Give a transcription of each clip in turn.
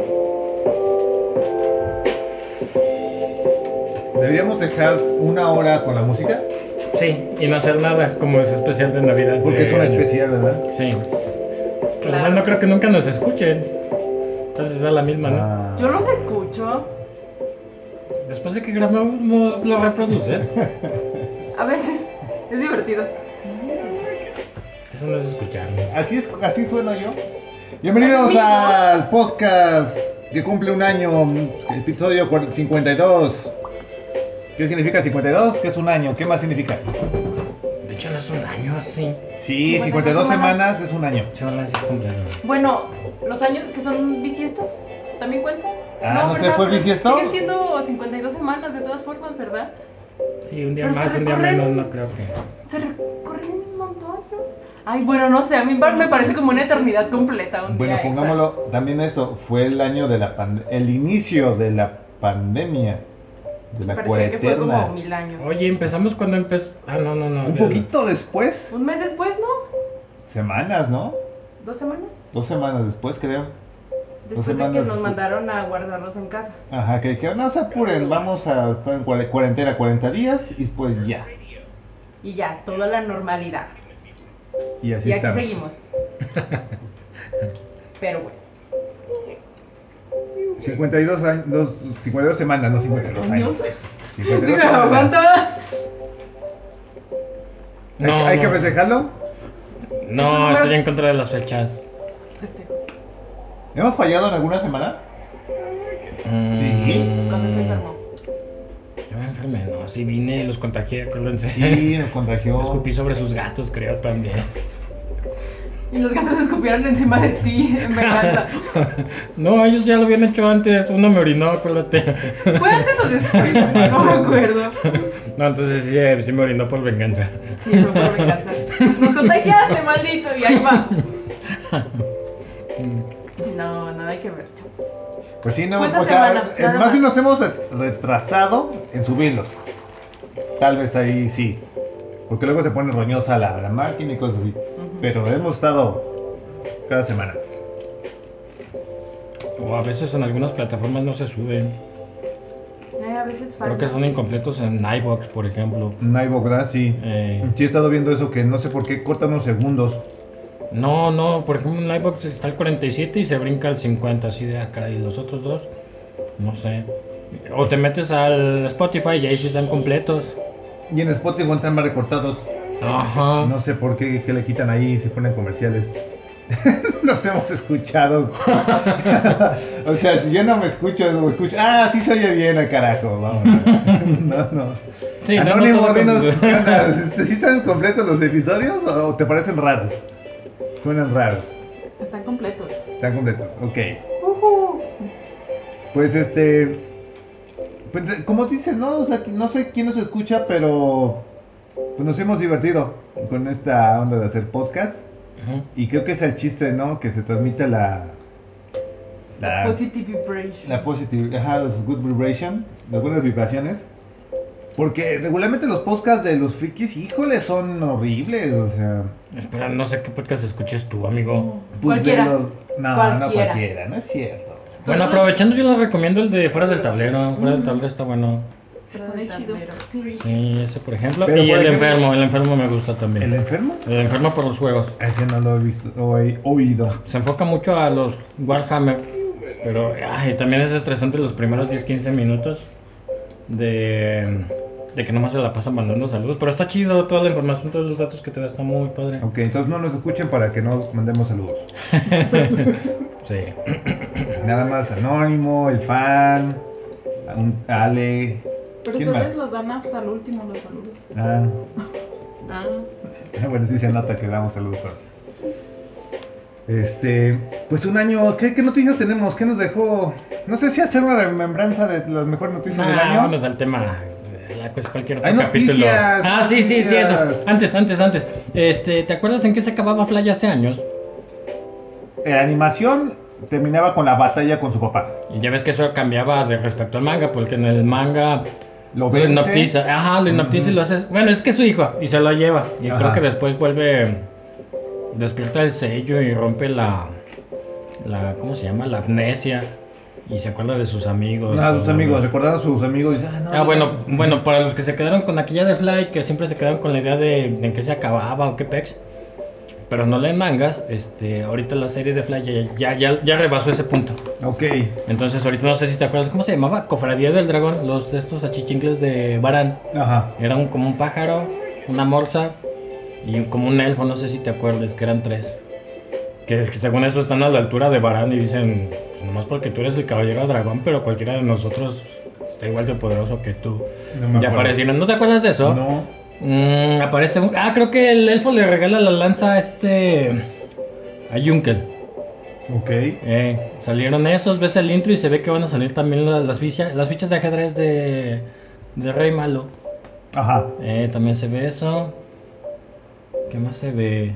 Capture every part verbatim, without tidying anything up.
¿Deberíamos dejar una hora con la música? Sí, y no hacer nada, como es especial de Navidad. Porque de es una año. especial, ¿verdad? Sí. Claro. Además, no creo que nunca nos escuchen. Entonces es la misma, ¿no? Ah. Yo los escucho. Después de que grabamos, lo reproduces. A veces. Es divertido. Eso no es escucharme. Así es, así sueno yo. Bienvenidos ¿Es mi al podcast que cumple un año, episodio cincuenta y dos. ¿Qué significa cincuenta y dos? ¿Qué es un año? ¿Qué más significa? De hecho, no es un año, sí. Sí, cincuenta y dos cincuenta y dos semanas. semanas es un año. Sí, hola, sí es completo. Bueno, los años que son bisiestos también cuentan. Ah, no sé, ¿verdad? ¿fue Pero bisiesto? Siguen siendo cincuenta y dos semanas de todas formas, ¿verdad? Sí, un día Pero se más, un día recorren- menos, no creo que. Se recorren un montón. ¿No? Ay, bueno, no sé, a mí me parece como una eternidad completa un Bueno, día extra. pongámoslo, también eso, fue el año de la pandemia, el inicio de la pandemia, de la Parecía que fue como cuarentena. mil años. Oye, empezamos cuando empezó. Ah, no, no, no. Un poquito después, Un mes después, ¿no? semanas, ¿no? ¿Dos semanas? Dos semanas después, creo. Después dos de que semanas. nos mandaron a guardarlos en casa. Ajá, que dijeron, no se apuren, vamos a estar en cuare- cuarentena cuarenta días y pues ya. Y ya, toda la normalidad. Y así Y aquí estamos. seguimos. Pero bueno. cincuenta y dos años, dos- cincuenta y dos semanas, no cincuenta y dos años. ¿Años? cincuenta y dos Digo, semanas. aguanta. ¿Hay, que- No, hay que no. festejarlo? Es un No, número- estoy en contra de las fechas. Festejos. ¿Hemos fallado en alguna semana? Mm, Sí. Cuando se enfermó. Yo me enfermé, no. Sí vine y los contagié, acuérdense. Sí, nos contagió. Escupí sobre sus gatos, creo también. Y los gatos escupieron encima de ti en venganza. No, ellos ya lo habían hecho antes. Uno me orinó, acuérdate. ¿Fue antes o después? No me acuerdo. No, entonces sí, eh, sí me orinó por venganza. Sí, fue por venganza. Nos contagiaste, maldito. Y ahí va. No, nada que ver, chavos. Pues sí, no, Fue esa o sea, semana, eh, nada más bien más. nos hemos re- retrasado en subirlos. Tal vez ahí sí. Porque luego se pone roñosa la, la máquina y cosas así. Pero hemos estado cada semana. O a veces en algunas plataformas no se suben. Eh, a veces falla. Creo que son incompletos en iVoox, por ejemplo. Naivo, ¿verdad? Sí. Eh, Sí he estado viendo eso que no sé por qué corta unos segundos. no, no, por ejemplo en iVoox está el cuarenta y siete y se brinca al cincuenta, así de acá. Y los otros dos, no sé. O te metes al Spotify y ahí sí están completos. Y en Spotify están más recortados. Ajá. No sé por qué, qué le quitan ahí si ponen comerciales. Nos hemos escuchado. O sea, si yo no me escucho, o escucho. Ah, sí se oye bien el carajo. Vámonos. No, no. Sí, no, no Anónimo, todo dinos, con- ¿qué onda? ¿Sí están completos los episodios o te parecen raros? Suenan raros. Están completos. Están completos, ok. Ujú. Pues este. Pues, como dices, ¿no? O sea, no sé quién nos escucha, pero pues nos hemos divertido con esta onda de hacer podcast. Ujú. Y creo que es el chiste, ¿no? Que se transmite la. La positive vibration. La positive, ajá, los good vibration, las buenas vibraciones. Porque regularmente los podcasts de los frikis, híjole, son horribles, o sea. Espera, no sé qué podcast escuches tú, amigo. Pues Cualquiera. de los. No, Cualquiera. no cualquiera, no es cierto. Bueno, aprovechando, yo les recomiendo el de Fuera del Tablero. Fuera del Tablero está bueno. Se pone chido. Sí. Sí, ese por ejemplo. Pero, y por el ejemplo- enfermo, el enfermo me gusta también. ¿El enfermo? El enfermo por los juegos. Ese no lo he visto, o he oído. Se enfoca mucho a los Warhammer. Pero ay, también es estresante los primeros diez quince minutos. De, de que nomás se la pasan mandando saludos. Pero está chido, toda la información, todos los datos que te da está muy padre. Ok, entonces no nos escuchen para que no mandemos saludos. Sí. Nada más Anónimo, el fan, un Ale. Pero ¿Quién ustedes más? los dan hasta el último, los saludos. Ah, Ah. bueno, sí se nota que damos saludos todos. Este, pues un año, ¿qué, qué noticias tenemos? ¿Qué nos dejó? No sé si hacer una remembranza de las mejores noticias del Nah, año. vámonos al tema. La, pues cualquier otro Hay capítulo. noticias, Ah, hay sí, sí, sí, eso. noticias. Antes, antes, antes. Este, ¿te acuerdas en qué se acababa Fly hace años? La animación terminaba con la batalla con su papá. Y ya ves que eso cambiaba de respecto al manga, porque en el manga Lo lo vence. hipnotiza. Ajá, lo hipnotiza y Ujú. lo hace. Bueno, es que es su hijo y se lo lleva. Y Ajá. creo que después vuelve. Despierta el sello y rompe la. la ¿Cómo se llama? La amnesia. y se acuerda de sus amigos. Ah, sus todo, amigos, ¿no? recordando a sus amigos. Dice, ah, no, Ah, no, bueno, no. bueno, para los que se quedaron con aquella de Fly, que siempre se quedaron con la idea de, de en qué se acababa o qué pex, pero no leen mangas, este, ahorita la serie de Fly ya, ya, ya, ya rebasó ese punto. Ok. Entonces ahorita no sé si te acuerdas, ¿cómo se llamaba? Cofradía del Dragón, los de estos achichincles de Baran. Ajá. Era un, como un pájaro, una morsa y un- como un elfo, no sé si te acuerdas, que eran tres. Que, que según eso están a la altura de Baran y dicen, pues nomás porque tú eres el caballero dragón, pero cualquiera de nosotros está igual de poderoso que tú. No me Ya acuerdo. aparecieron, ¿no te acuerdas de eso? No. Mm, aparece un... Ah, creo que el elfo le regala la lanza a este... a Yunkel. Ok. Eh, salieron esos, ves el intro y se ve que van a salir también la- las, fichas, las fichas de ajedrez de, de Rey Malo. Ajá. Eh, también se ve eso. ¿Qué más se ve?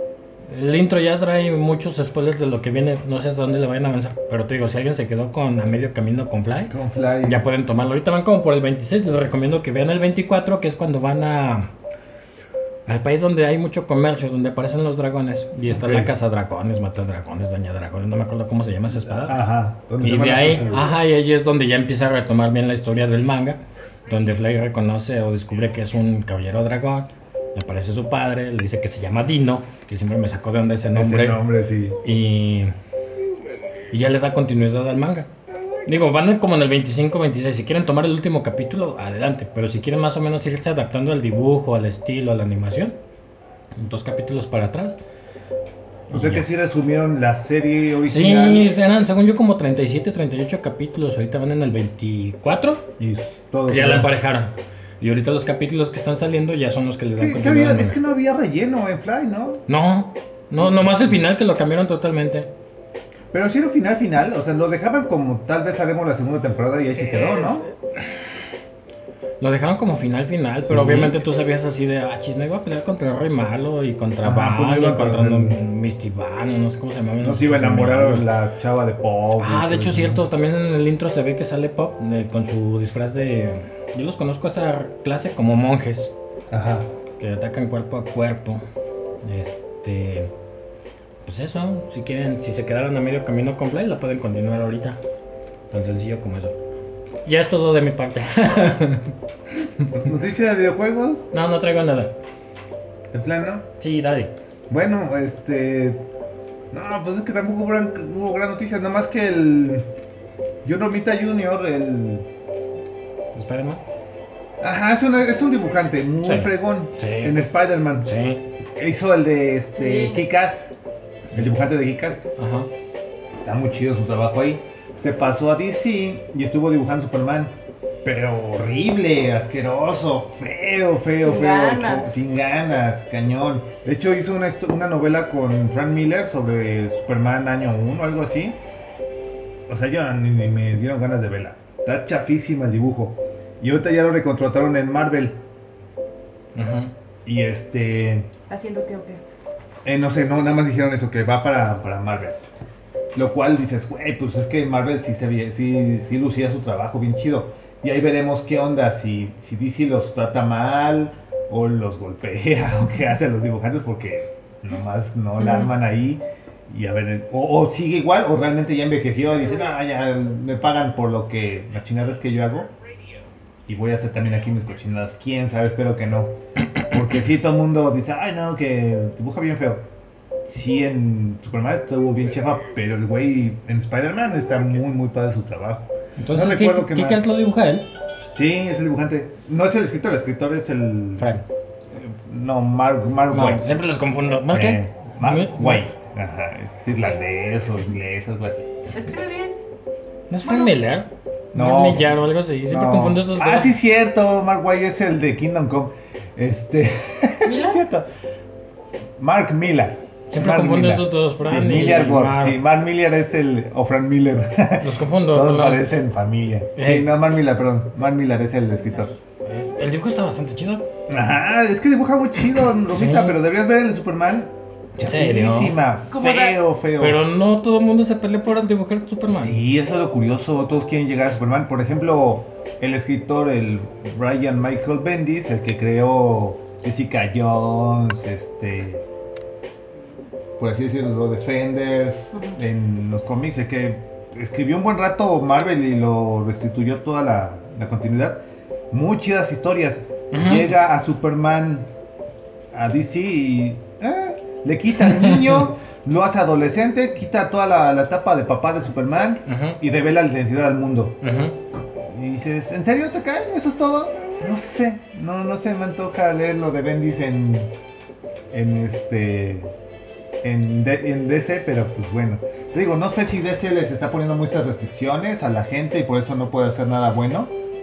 El intro ya trae muchos spoilers de lo que viene. No sé hasta dónde le vayan a avanzar. Pero te digo, si alguien se quedó con a medio camino con Fly, Con Fly. ya pueden tomarlo. Ahorita van como por el veintiséis. Les recomiendo que vean el veinticuatro, que es cuando van a al país donde hay mucho comercio, donde aparecen los dragones. Y está Ok. la casa dragones, mata dragones, daña dragones. No me acuerdo cómo se llama esa espada. Ajá. ¿Dónde Y se van de a ahí, hacer? ajá, y ahí es donde ya empieza a retomar bien la historia del manga, donde Fly reconoce o descubre que es un caballero dragón, le aparece su padre, le dice que se llama Dino, que siempre me sacó de onda ese nombre, Ese nombre, sí. y, y ya le da continuidad al manga. Digo, van como en el veinticinco veintiséis, si quieren tomar el último capítulo, adelante, pero si quieren más o menos irse adaptando al dibujo, al estilo, a la animación, dos capítulos para atrás. O sea y que ya. sí resumieron la serie Sí, original. eran según yo como treinta y siete, treinta y ocho capítulos, ahorita van en el veinticuatro. Y s- todo. Ya quedó. la emparejaron. Y ahorita los capítulos que están saliendo ya son los que le dan ¿Qué, qué continuidad había? al Es que manga. no había relleno en Fly, ¿no? No, no, nomás el final que lo cambiaron totalmente. Pero sí era un final final. O sea, lo dejaban como tal vez haremos la segunda temporada y ahí se quedó, ¿no? Lo dejaron como final final, pero Sí. obviamente tú sabías así de, ah, chis, no iba a pelear contra el Rey Malo y contra Ajá, pues no Van iban y contra contra el- Misty Van, o no sé cómo se llamaban. No los se iba a hijos enamorar enemigos. la chava de Pop. y Ah, de todo hecho eso, cierto, ¿no? también en el intro se ve que sale Pop de- con su disfraz de... Yo los conozco a esa clase como monjes, Ajá. que atacan cuerpo a cuerpo. Este... Pues eso, si quieren, si se quedaron a medio camino con Fly, la pueden continuar ahorita. Tan sencillo como eso. Ya es todo de mi parte. Noticia de videojuegos, No, no traigo nada. de plano. Sí, dale. Bueno, este. No, pues es que tampoco hubo gran, hubo gran noticia. Nada más que el. John Romita junior, el. Spider-Man. Ajá, es, una- es un dibujante muy Sí. fregón. Sí. En Spider-Man. Sí. Hizo el de este Sí. Kick-Ass. El dibujante de Kick-Ass. Ajá. Está muy chido su trabajo ahí. Se pasó a D C y estuvo dibujando Superman. Pero horrible, asqueroso, feo, feo, Sin feo. ganas. co- Sin ganas, cañón. De hecho, hizo una, histo- una novela con Frank Miller sobre Superman año uno, algo así. O sea, yo ni, ni me dieron ganas de verla. Está chafísima el dibujo. Y ahorita ya lo recontrataron en Marvel. Ajá. Y este. ¿Haciendo qué o qué? Eh, no sé, no, nada más dijeron eso, que va para, para Marvel. Lo cual dices, güey, pues es que Marvel sí, se, vi- sí, sí lucía su trabajo bien chido. Y ahí veremos qué onda, si, si D C los trata mal o los golpea o qué hace a los dibujantes porque nomás no la Ujú. arman ahí. Y a ver, o, o sigue igual o realmente ya envejeció y dicen, ah, ya me pagan por lo que, las chingadas que yo hago. Y voy a hacer también aquí mis cochinadas. Quién sabe, espero que no. Porque sí, todo el mundo dice, ay no, que dibuja bien feo. Sí, en Superman estuvo bien chafa, pero el güey en Spider-Man está muy, muy padre su trabajo. Entonces, no ¿qué, recuerdo qué, qué qué más. lo dibuja él? Sí, es el dibujante. No es el escritor, el escritor es el. Frank. eh, No, Mark, Mark No, White. siempre los confundo. ¿Más Eh, qué? Mark Mi- White. Ajá, es irlandés o inglés, algo así. Escribe bien. ¿No es Frank Miller? No. Mark Millar o algo así. Siempre No. confundo esos dos. Ah, sí, cierto. Mark White es el de Kingdom Come. Este. sí, ¿Miller? es cierto. Mark Miller. Siempre Mark confundo Miller. estos dos, Fran sí, y Miller Bob. Mark. Sí, Mark Miller es el. O Frank Miller. Los confundo, Todos perdón. parecen familia. Eh. Sí, no, Mark Miller, perdón. Mark Miller es el escritor. Eh, El dibujo está bastante chido. Ajá, es que dibuja muy chido, Romita, Sí. pero deberías ver el de Superman. ¿En serio? Chafísima, Como feo, feo. Pero no todo el mundo se pelea por el dibujar Superman. Sí, eso es lo curioso. Todos quieren llegar a Superman. Por ejemplo, el escritor, el Brian Michael Bendis, el que creó Jessica Jones, este, por así decirlo, los Defenders Ujú. en los cómics, el que escribió un buen rato Marvel y lo restituyó toda la, la continuidad. Muy chidas historias. Ujú. Llega a Superman a D C y eh, le quita al niño, lo hace adolescente, quita toda la, la etapa de papá de Superman Ujú. y revela la identidad al mundo. Ujú. Y dices, ¿en serio te cae? ¿Eso es todo? No sé, no, no se me antoja leer lo de Bendis en, en este, en, D- en D C, pero pues bueno. Te digo, no sé si D C les está poniendo muchas restricciones a la gente y por eso no puede hacer nada bueno.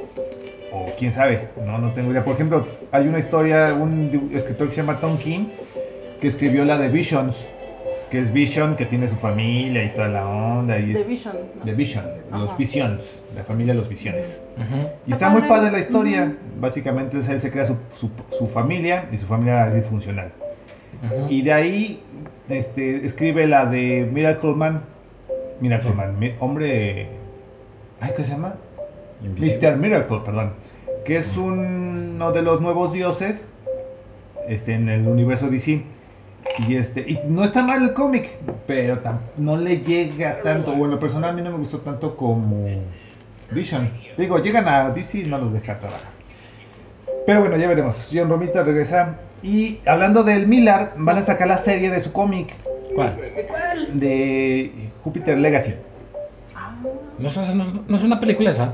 O quién sabe, no, no tengo idea. Por ejemplo, hay una historia, un dibu- escritor que se llama Tom King, que escribió la de Visions, que es Vision, que tiene su familia y toda la onda. Y The es, Vision. ¿no? de Vision, los Ajá. Visions, la familia de los Visiones. Ujú. Y Está está muy padre. padre la historia. Básicamente es él se crea su, su, su familia y su familia es disfuncional. Ujú. Y de ahí este, escribe la de Miracle Man. Miracle Man, mi- hombre... Ay, ¿qué se llama? Invisible. mister Miracle, perdón. Que es uno de los nuevos dioses este, en el universo D C. Y, este, y no está mal el cómic, pero tam- no le llega tanto. O en lo personal a mí no me gustó tanto como Vision. Digo, llegan a D C y no los deja trabajar. Pero bueno, ya veremos. John Romita regresa. Y hablando del Miller, van a sacar la serie de su cómic ¿Cuál? ¿De cuál? de Júpiter Legacy. Ah, ¿No es, no, es- no es una película esa?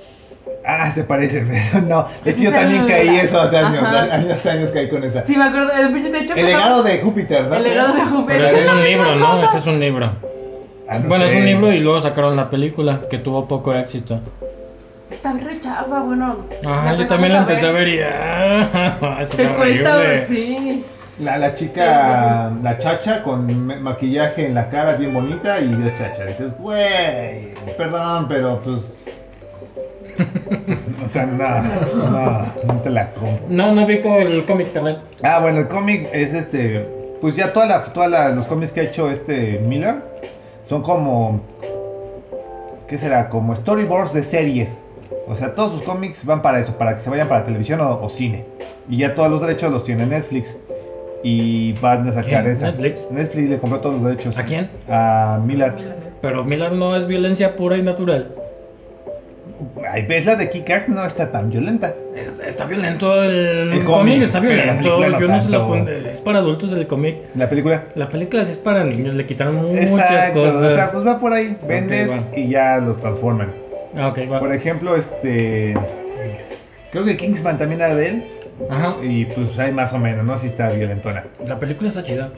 Ah, se parece, pero no. De hecho, Ese yo es también el- caí eso hace años. Ajá. Años, años caí con esa. sí, me acuerdo. De hecho, de hecho El empezó- legado de Júpiter, ¿no? El legado de Júpiter. Pero Es ese que es un la misma libro, ¿no? cosa. Ese es un libro. Ah, no bueno, es sé. un libro y luego sacaron la película que tuvo poco éxito. Está re chafa, bueno. Ajá, yo empezamos también la empecé a ver y. Ah, es Te cuesta, horrible. sí. La, la chica, la chacha con ma- maquillaje en la cara bien bonita y es chacha. Dices, güey, perdón, pero pues... O sea, no, no, no te la compro. No, no vi con el cómic, perdón. Ah, bueno, el cómic es este... Pues ya toda la, toda la- los cómics que ha hecho este Miller son como... ¿Qué será? Como storyboards de series. O sea, todos sus cómics van para eso, para que se vayan para televisión o, o cine. Y ya todos los derechos los tiene Netflix. Y van a sacar ¿Quién? esa. ¿Netflix? Netflix le compró todos los derechos. ¿A quién? A Miller. Pero Miller no es violencia pura y natural. Ay, ¿ves la de Kick-Ass? No está tan violenta. Es- está violento el, El cómic, cómic, está pero la violento. película no Yo no se la tanto. pondré. Es para adultos el cómic. La película. La película sí es para niños, le quitaron muchas Exacto. cosas. O sea, pues va por ahí. Vendes va. y ya los transforman. Ah, ok, va. Por ejemplo, este... Creo que Kingsman también era de él. Ajá. Y pues hay más o menos, ¿no? Sí está violentona. La película está chida.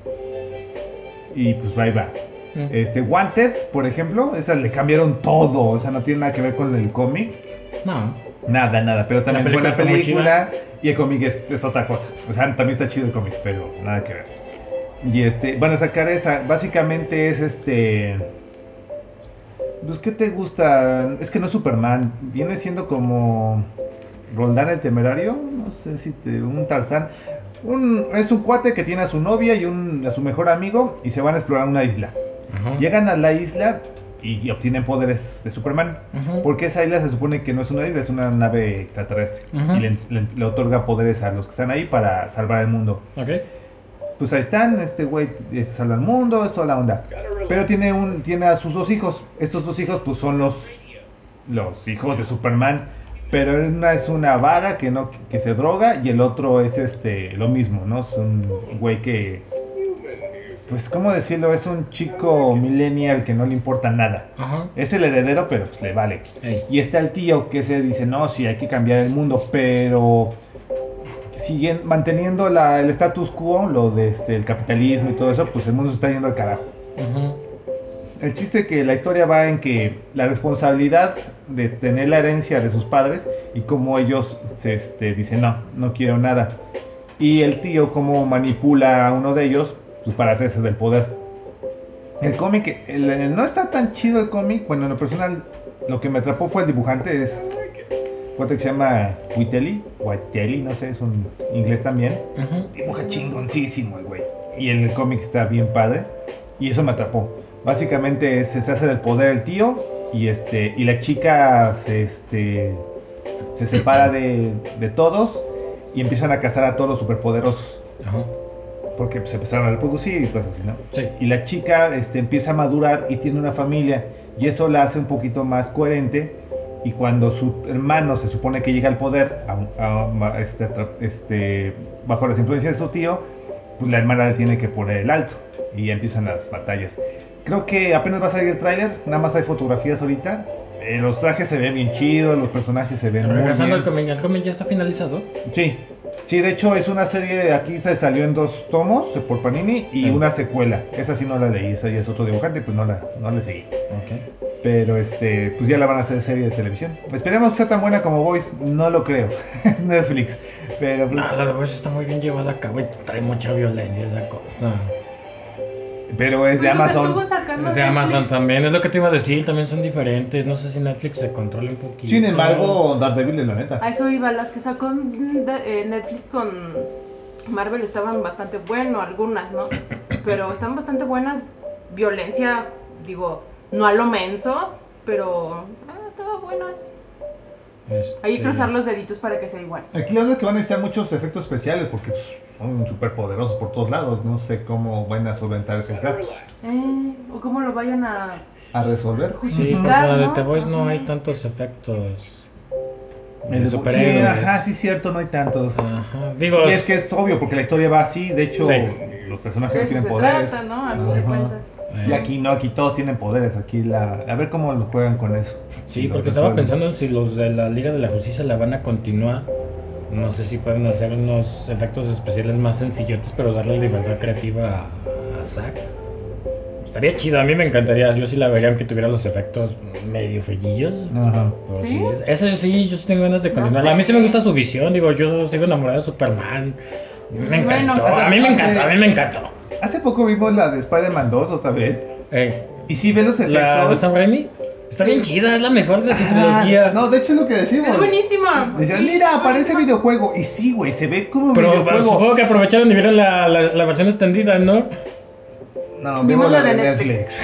Y pues ahí va. Mm. Este, Wanted, por ejemplo, esa le cambiaron todo. O sea, no tiene nada que ver con el cómic. No. Nada, nada. Pero también La película buena está muy película. Y el cómic es, es otra cosa. O sea, también está chido el cómic, pero nada que ver. Y este, van a sacar esa. Básicamente es este. Pues, ¿qué te gusta? Es que no es Superman. Viene siendo como. Roldán el Temerario. No sé si te. Un Tarzán. Un, es un cuate que tiene a su novia y un, a su mejor amigo. Y se van a explorar una isla. Ajá. Llegan a la isla y, y obtienen poderes de Superman. Ajá. Porque esa isla se supone que no es una isla, es una nave extraterrestre. Ujú. Y le, le- le otorga poderes a los que están ahí para salvar el mundo. Ok. Pues ahí están, este güey este, salva el mundo, es toda la onda. Pero tiene, un, tiene a sus dos hijos. Estos dos hijos pues son los, los hijos de Superman. Pero una es una vaga que, no, que se droga y el otro es este lo mismo, ¿no? Es un güey que... Pues, ¿cómo decirlo? Es un chico millennial que no le importa nada. Ajá. Es el heredero, pero pues le vale. Ey. Y está el tío que se dice, no, sí, hay que cambiar el mundo, pero siguen manteniendo la, el status quo, lo de este, el capitalismo y todo eso, pues el mundo se está yendo al carajo. Ajá. El chiste que la historia va en que la responsabilidad de tener la herencia de sus padres y cómo ellos se este, dicen, no, no quiero nada. Y el tío cómo manipula a uno de ellos pues, para hacerse del poder. El cómic, el- el- no está tan chido el cómic. Bueno, en lo personal, lo que me atrapó fue el dibujante. Es un cuate que se llama Whiteley. Whiteley, no sé, es un inglés también. Ajá. Dibuja chingoncísimo el güey. Y el cómic está bien padre. Y eso me atrapó. Básicamente es- se hace del poder el tío. Y este. Y la chica se este. Se separa de, de todos. Y empiezan a cazar a todos los superpoderosos. Ajá. Porque se empezaron a reproducir y cosas así, ¿no? Sí. Y la chica este, empieza a madurar y tiene una familia. y eso la hace un poquito más coherente. Y cuando su hermano se supone que llega al poder, a- a- a- este, tra- este, bajo las influencias de su tío, pues la hermana le tiene que poner el alto. Y ya empiezan las batallas. Creo que apenas va a salir el tráiler, nada más hay fotografías ahorita. Eh, los trajes se ven bien chidos, los personajes se ven muy Regresando al bien. cómic, ¿el cómic ya está finalizado? Sí, sí, de hecho es una serie, aquí se salió en dos tomos por Panini y Sí. una secuela. Esa sí no la leí, esa ya es otro dibujante, pues no la, no la seguí. Ok. Pero este, pues ya la van a hacer serie de televisión. Esperemos que sea tan buena como Boys, no lo creo. Es Netflix. Pero pues, No, la de Boys está muy bien llevada a cabo y trae mucha violencia esa cosa. pero es de Pues lo que Amazon. estuvo sacando Es de Amazon Netflix. también, es lo que te iba a decir, también son diferentes. No sé si Netflix se controla un poquito. Sin embargo, Daredevil es la neta. A eso iba, las que sacó de- eh, Netflix con Marvel estaban bastante bueno, algunas, ¿no? Pero están bastante buenas. Violencia, digo, no a lo menso, pero ah, estaban buenas. Este, Hay que cruzar los deditos para que sea igual. Aquí la verdad es que van a necesitar muchos efectos especiales porque pues, son súper poderosos por todos lados. No sé cómo van a solventar esos gastos. Eh, o cómo lo vayan a A resolver. Sí, porque justificar, la de ¿no? The Voice no Ajá. hay tantos efectos de El- superhéroes. Sí, ajá, sí, cierto, no hay tantos. Ajá. Digo, Y es que es obvio porque la historia va así. De hecho, Sí. los personajes De no eso tienen se poderes. trata, ¿no? A fin de Ajá. cuentas. Eh. Y aquí no, aquí todos tienen poderes. Aquí la. A ver cómo lo juegan con eso. sí, Si lo porque estaba resuelven. pensando en si los de la Liga de la Justicia la van a continuar. No sé si pueden hacer unos efectos especiales más sencillotes, pero darle libertad creativa a, a Zack. Estaría chido, a mí me encantaría. Yo sí la vería aunque tuviera los efectos medio feillillos. Ajá. Pero ¿Sí? sí, es- ese sí, yo sí tengo ganas de No continuarla. A mí sí sé. me gusta su visión, digo, yo sigo enamorado de Superman. Me encantó, Bueno, a mí me hace- encantó, a mí me encantó. Hace poco vimos la de Spider-Man dos otra vez. Eh, Y sí ves los efectos. la de Sam Raimi está bien chida, es la mejor de su Ajá, trilogía. no, de hecho es lo que decimos. Es buenísima. Decías, Sí, mira, es aparece buenísima. videojuego. Y sí, güey, se ve como Pero bueno, videojuego. supongo que aprovecharon y vieron la, la, la versión extendida, ¿no? No, Vimos vimos la la de de Netflix.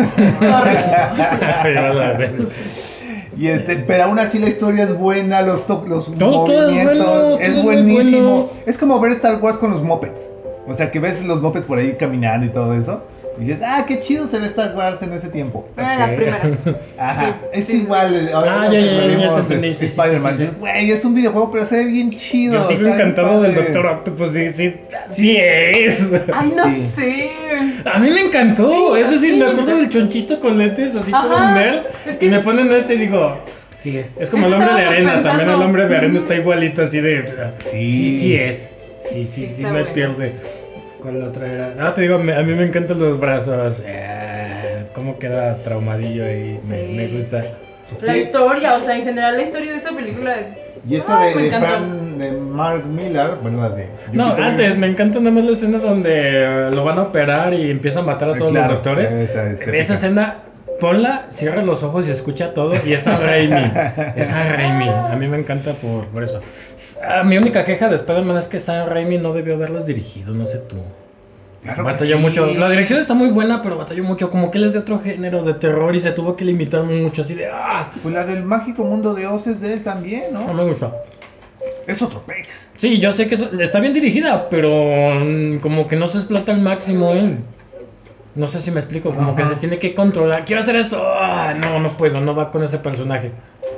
Sorry. Y este, pero aún así la historia es buena, los, to- los Todo- todo es movimientos, bueno, es todo es muy buenísimo. bueno. Es como ver Star Wars con los mopeds. O sea, que ves los mopeds por ahí caminando y todo eso. Y dices, ah, qué chido se ve Star Wars en ese tiempo. Una de Ok. las primeras. Ajá, Sí, es sí, sí, igual. Ahora Ah, que ya, ya, ya, vimos ya te de entendí, sí, sí, Spider-Man, sí, sí, sí. dices, güey, es un videojuego, pero se ve bien chido. Yo sigo está bien encantado del padre". Doctor Octopus, sí, sí, sí es. Ay, no Sí. sé. A mí me encantó, Sí, es decir, sí. me acuerdo del chonchito con lentes así todo Ajá, nerd es que- y me ponen este y digo, sí es. Es como el Eso hombre de estábamos arena, también el pensando. hombre de arena Ujú. está igualito así de... Sí. Sí, sí es. Sí, sí, Sí, sí, está me bueno. pierde. ¿Cuál la otra era? Ah, te digo, me- a mí me encantan los brazos. eh, cómo queda traumadillo ahí, me, Sí. me gusta. La Sí. historia, o sea, en general la historia de esa película es. Y esta Ay, de, me de encantó. fan de Mark Millar, bueno, la de. No, Jupiter antes, Legacy. me encanta nada más la escena donde eh, lo van a operar y empieza a matar a Eh, todos claro, los doctores. esa es épica. Esa escena, ponla, cierra los ojos y escucha todo. Y es Sam Raimi. Es Sam Raimi. A mí me encanta por, por eso. S- ah, mi única queja de Spider-Man es que Sam Raimi no debió haberlos dirigido, no sé tú. Claro que Batalló sí. mucho. La dirección está muy buena, pero batalló mucho. Como que él es de otro género de terror y se tuvo que limitar mucho. Así de, ah, Pues la del mágico mundo de Oz es de él también, no ¿no? me gusta. Es otro pex. Sí, yo sé que eso- está bien dirigida, pero mm, como que no se explota al máximo él. No sé si me explico, como Ajá. que se tiene que controlar. Quiero hacer esto. Ah, no, no puedo, no va con ese personaje.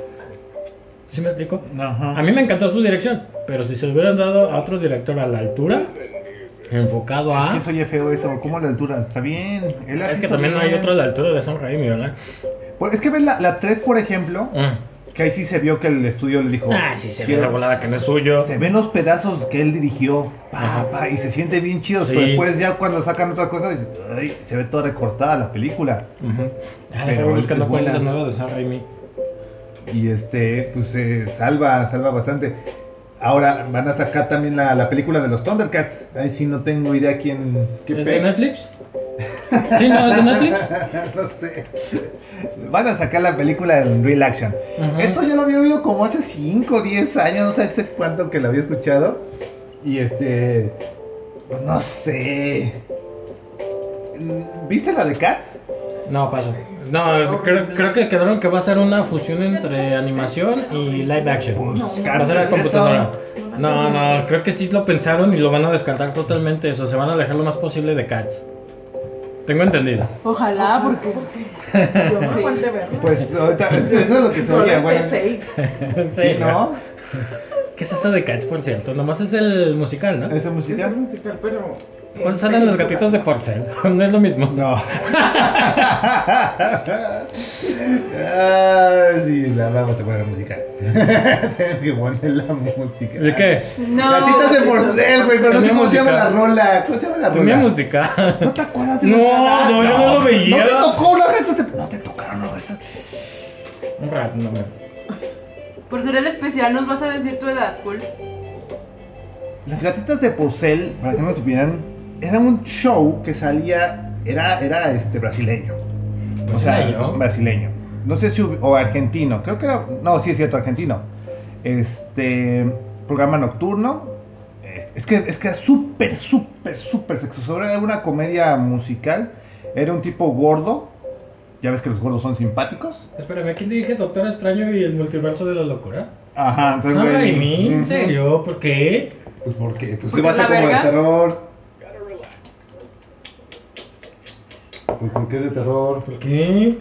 ¿Sí me explico? Ajá. A mí me encantó su dirección, pero si se lo hubieran dado a otro director a la altura, enfocado Es a... que eso oye feo eso. ¿Cómo la altura? Está bien. Él Es así que hizo también no hay bien. otro a la altura de Sam Raimi, ¿verdad? Pues es que ves la, la tres, por ejemplo, Mm. que ahí sí se vio que el estudio le dijo. Ah, sí, se ve "Quiero-". la volada que no es suyo. Se ven los pedazos que él dirigió. Pa, Ajá. pa, y se siente bien chido. Sí. Pero después ya cuando sacan otra cosa, dices, "Ay, se ve toda recortada la película". Ujú. Ah, Pero Pero es buscando que es cuál es la buena. nueva de Sam Raimi. Y este, pues se salva, salva bastante. Ahora van a sacar también la, la película de los Thundercats. Ahí sí no tengo idea quién. ¿Qué ¿Es de pex. Netflix? Sí, no, es de Netflix. No sé. Van a sacar la película en Real Action. Ujú. Eso ya lo había oído como hace cinco o diez años, no sé hace cuánto que lo había escuchado. Y este. Pues no sé. ¿Viste la de Cats? No, paso. No, creo, creo que quedaron que va a ser una fusión entre animación y live action. Pues Va a Cats ser a es eso. computadora. No, no, creo que sí lo pensaron y lo van a descartar totalmente eso. Se van a alejar lo más posible de Cats. Tengo entendido. Ojalá, porque. Yo no Sí. aguanté verla. Pues ahorita, eso es lo que se Solo oía, bueno. empecé y- Sí, ¿no? ¿Qué es eso de Cats, por cierto? Nomás es el musical, ¿no? ¿Esa Es el música? musical, pero... ¿Cuáles en salen las películas, gatitas de no. Porcel? No es lo mismo. No. Ah, sí, la vamos a poner música. Tengo que poner la música. ¿De qué? No. Gatitas de porcel, güey, pero no sé Tenía cómo se llama música. la rola. ¿Cómo se llama la rola? Tenía música. ¿No te acuerdas de No, los no, yo no lo veía. No te tocó las gatas de... No te tocaron las gatas. Un rato, no me. Por ser el especial, ¿nos vas a decir tu edad, Cool? Las gatitas de porcel, para que no supieran, era un show que salía, era, era este brasileño. O sea, ¿Brasileño? brasileño. No sé si hub- o argentino, creo que era, no, sí es cierto, argentino. Este programa nocturno. Es, es que es que era súper, súper, súper sexoso. Era una comedia musical. Era un tipo gordo. Ya ves que los gordos son simpáticos. Espérame, ¿quién dije Doctor Extraño y el multiverso de la locura? Ajá, entonces ¿Sam güey, Raimi? ¿En ujú. serio? ¿Por qué? Pues porque, pues ¿Porque se va a es la hacer como de verga? terror. Pues porque es de terror. ¿Por qué?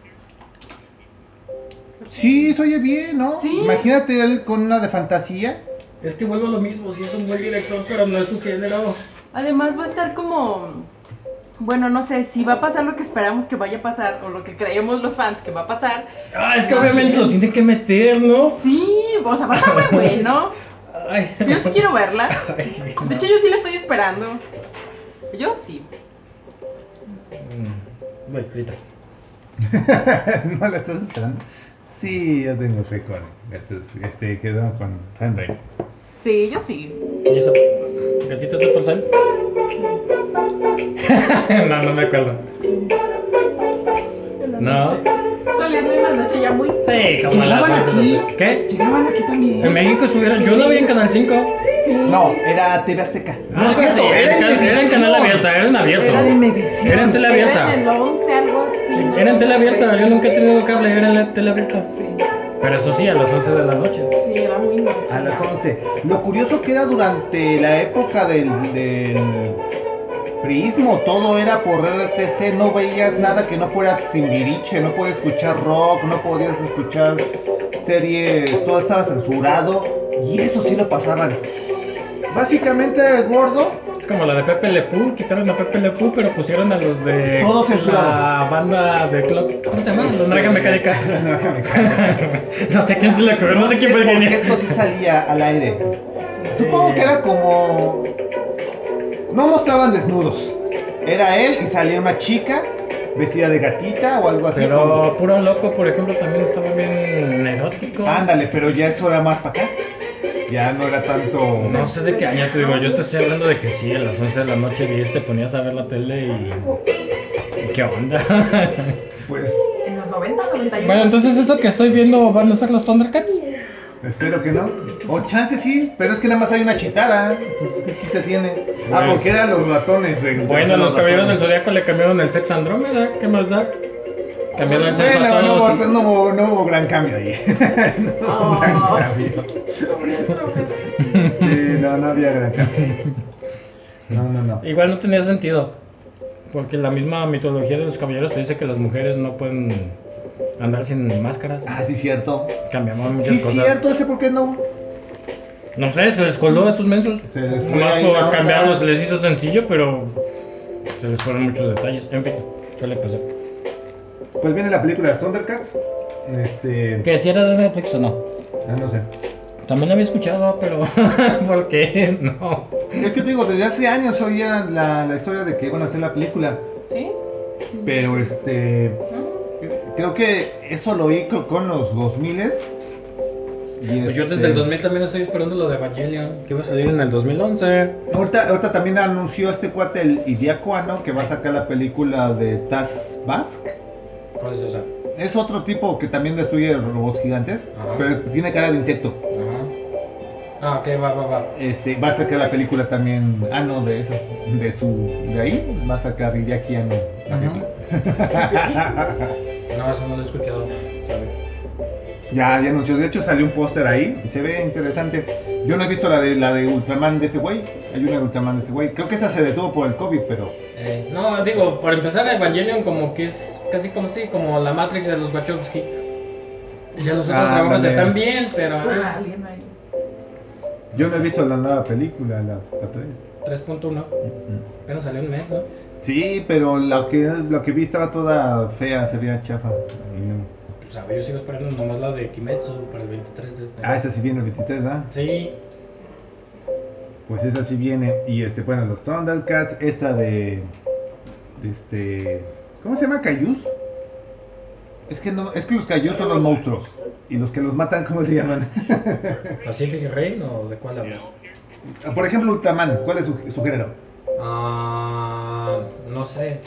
Sí, se oye bien, ¿no? Sí. Imagínate él con una de fantasía. Es que vuelvo a lo mismo, si es un buen director, pero no es su género. Además, va a estar como. Bueno, no sé si va a pasar lo que esperamos que vaya a pasar o lo que creemos los fans que va a pasar. Ah, es que Más obviamente bien. lo tiene que meter, ¿no? Sí, o sea, va a estar muy bueno. Ay. Yo sí quiero verla. Ay, no. De hecho, yo sí la estoy esperando. Yo sí. Mm, Voy, ahorita. ¿No la estás esperando? Sí, yo tengo fe con este, quedó con Sam Raimi. Sí, yo sí. ¿Y esa gatitas de porcel? No, no me acuerdo. En la No. noche. Saliendo en la noche ya muy... Sí, como a las Llegaban once, aquí. doce. ¿Qué? Llegaban aquí también. En México estuvieron. Yo la vi en Canal cinco. No, era T V Azteca. Ah, No es cierto, sí, era, en, can- era en canal abierta, era en abierto. Era en Megavisión. Era en tele abierta. Era en el once, algo así. ¿no? Era en tele abierta, yo nunca he tenido cable, era en la tele abierta. Sí, Pero eso sí, a las once de la noche. sí, era muy noche. A las ya. once. Lo curioso que era durante la época del, del prismo, todo era por R T C, no veías nada que no fuera Timbiriche, no podías escuchar rock, no podías escuchar series, todo estaba censurado y eso sí lo pasaban. Básicamente era el gordo, Es como la de Pepe Le Pew, quitaron a Pepe Le Pew, pero pusieron a los de Todo censurado. la banda de Clock. ¿Cómo se llama? La Naranja Mecánica. La Naranja Mecánica. No sé quién se le ocurrió, no, sé quién fue el porque genio. esto sí salía al aire. Supongo que era como... No mostraban desnudos. Era él y salía una chica vestida de gatita o algo así. Pero Puro Loco, por ejemplo, también estaba bien erótico. como- Ándale, pero ya eso era más para acá. Ya no era tanto... No sé de qué año te digo, yo te estoy hablando de que sí, a las once de la noche, diez te ponías a ver la tele y... ¿Y qué onda? Pues En los noventa, noventa y uno. Bueno, entonces eso que estoy viendo van a ser los Thundercats. espero que no. O chance sí, pero es que nada más hay una chitara. Pues qué chiste tiene. Ah, Pues- porque eran los ratones. de- o Bueno, sea, los caballeros del ratones. Zodiaco le cambiaron el sexo a Andrómeda, ¿qué más da? Cambiaron el sexo a Bueno, no todos. hubo, no, hubo, no hubo gran cambio ahí. No hubo gran Oh. cambio. Pobre Andrómeda. Sí, no, no había gran cambio. No, no, no. Igual no tenía sentido, porque la misma mitología de los caballeros te dice que las mujeres no pueden andar sin máscaras. Ah, sí, cierto. Cambiaban muchas Sí, cosas. cierto, ese por qué no. No sé, se les coló a estos mensos. Se les fue Más ahí por la onda. cambiarlo se les hizo sencillo, pero se les fueron muchos detalles. En fin, suele pasar. Pues viene la película de Thundercats. Este. ¿Que si era de Netflix o no? Ah, no sé. También la había escuchado, pero ¿por qué? No. Es que te digo, desde hace años oía la, la historia de que iban a hacer la película. ¿Sí? Pero este. Creo que eso lo oí creo, con los dos miles. Y Pues yo este, desde el dos mil también estoy esperando lo de Evangelion, que iba a salir en el dos mil once. Ahorita, ahorita también anunció este cuate, el Idiacuano, que va a sacar la película de Taz Bask. ¿Cuál es esa? Es otro tipo que también destruye robots gigantes, Ajá. pero tiene cara de insecto. Ajá. Ah, ok, va, va, va. Este, va a sacar la película también. Ah, no, de eso. De su. De ahí va a sacar Hideaki Anno. la Ajá. película. No, eso no lo he escuchado, ¿sabes? Ya, ya anunció. De hecho, salió un póster ahí. Y se ve interesante. Yo no he visto la de la de Ultraman de ese güey. Hay una de Ultraman de ese güey. Creo que esa se detuvo por el COVID, pero. Eh, no, digo, para empezar, Evangelion como que es casi como sí, como la Matrix de los Wachowski. Y ya los otros Ah, trabajos ándale. están bien, pero Un ah, alien ahí. Yo no he sé. visto la nueva película, la, la tres. tres punto uno. Apenas salió un mes, ¿no? Sí, pero lo que, lo que vi estaba toda fea, se veía chafa. Y no. Pues a ver, yo sigo esperando nomás la de Kimetsu para el veintitrés de este. Ah, esa sí viene el veintitrés, ¿ah? Sí. Pues esa sí viene. Y este, bueno, los Thundercats, esta de. de este. ¿Cómo se llama? ¿Cayús? Es que no, es que los Cayús son los monstruos. Y los que los matan, ¿cómo se llaman? ¿Pacific Rim o de cuál hablas? Por ejemplo, Ultraman, ¿cuál es su, su género? Ah, no sé.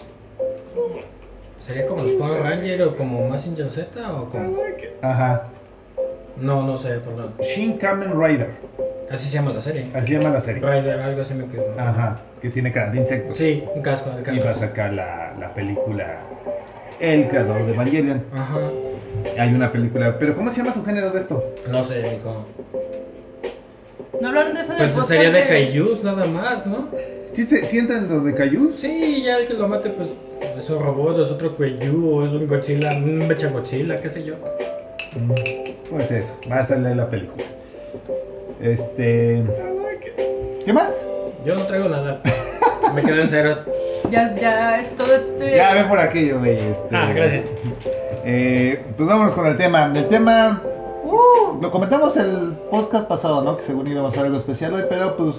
¿Sería como los Power Rangers o como Mazinger Z o como? Ajá. No, no sé, perdón. Shin Kamen Rider. Así se llama la serie. Así se llama la serie. Rider, algo así me quedó. Ajá. Que tiene cara de insecto. Sí, un casco, el Y casco. va a sacar la, la película El creador de Evangelion. Ajá. Hay una película. ¿Pero cómo se llama su género de esto? No sé, mijo. ¿No hablaron de eso en el Pues podcast sería de Kaijus nada más, ¿no? ¿Sí, se, sí entran los de Cayús? Sí, ya el que lo mate, pues es un robot, es otro Kaiju, o es un Godzilla, un Mechagodzilla, qué sé yo. Pues eso, va a salir la película. Este. ¿Qué más? Yo no traigo nada. Me quedo en ceros. Ya, ya, es todo este. Ya ve por aquello, güey. Este, Ah, gracias. eh, pues vámonos con el tema. El tema. Uh, Lo comentamos el podcast pasado, ¿no? Que según íbamos a hacer algo especial hoy, pero pues.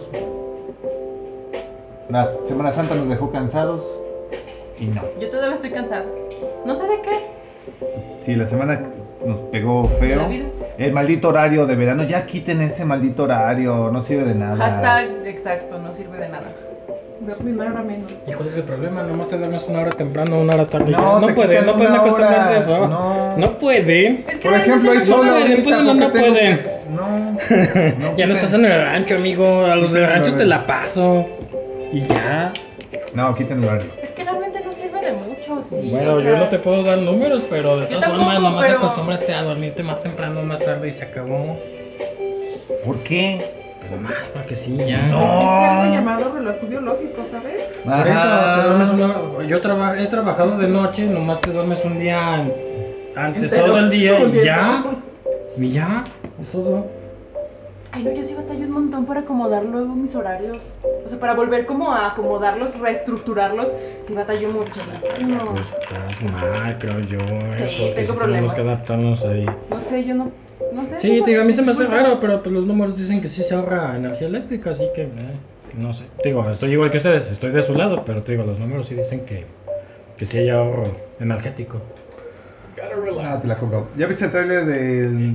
La Semana Santa nos dejó cansados. Y no. yo todavía estoy cansada. No sé de qué. Sí, la semana nos pegó De feo. la vida. El maldito horario de verano. Ya quiten ese maldito horario. No sirve de nada. Hashtag exacto, no sirve de nada. Dormir una hora menos. ¿Y cuál es el problema? Nomás te duermes una hora temprano, una hora tarde. No, ya. te no pueden, quitan no pueden una acostumbrarse a hora. eso. No. No pueden. Es que Por ejemplo, hay realmente sol no pueden, ahorita pueden o porque no tengo pueden. que- No. no Ya no quiten- estás en el rancho, amigo. A los del Quiten el rancho te horario. la paso. Y ya. No, quiten el horario. Es que realmente no sirve de mucho, sí. Bueno, o yo sea, no te puedo dar números, pero de Yo todas tampoco, formas, nomás pero- acostúmbrate a dormirte más temprano, más tarde y se acabó. ¿Por qué? Pues nomás, porque sí, ya. No. Existe algo llamado reloj biológico, ¿sabes? Por eso Ajá. te duermes una hora. Yo traba- he trabajado de noche, nomás te duermes un día an- antes, Entero. todo el día Un y día ya. entero. Y ya, es todo. Ay, no, yo sí batallo un montón para acomodar luego mis horarios. O sea, para volver como a acomodarlos, reestructurarlos, sí batallo muchísimo. Pues estás mal, creo yo, ¿eh? Sí, Porque tengo sí tenemos problemas. que adaptarnos ahí. No sé, yo no. No sé. Sí, siento te digo, a mí se me hace dificulta. raro, pero pues los números dicen que sí se ahorra energía eléctrica, así que eh, no sé. Te digo, estoy igual que ustedes, estoy de su lado, pero te digo, los números sí dicen que, que sí hay ahorro energético. Ah, te la compro. ¿Ya viste el tráiler del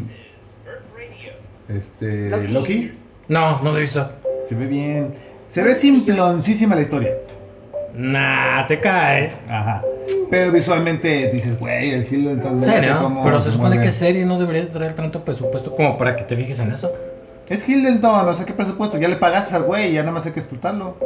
este Loki. Loki? No, no lo he visto. Se ve bien. Se Muy ve sencillo. simploncísima la historia. Nah, te cae. Ajá. Pero visualmente dices, güey, el Hiddleston. Sí, fíjate ¿no? cómo Pero se supone mueve. que serie no debería traer tanto presupuesto como para que te fijes en eso. Es Hiddleston, no sé qué presupuesto. Ya le pagaste al güey, ya nada más hay que explotarlo.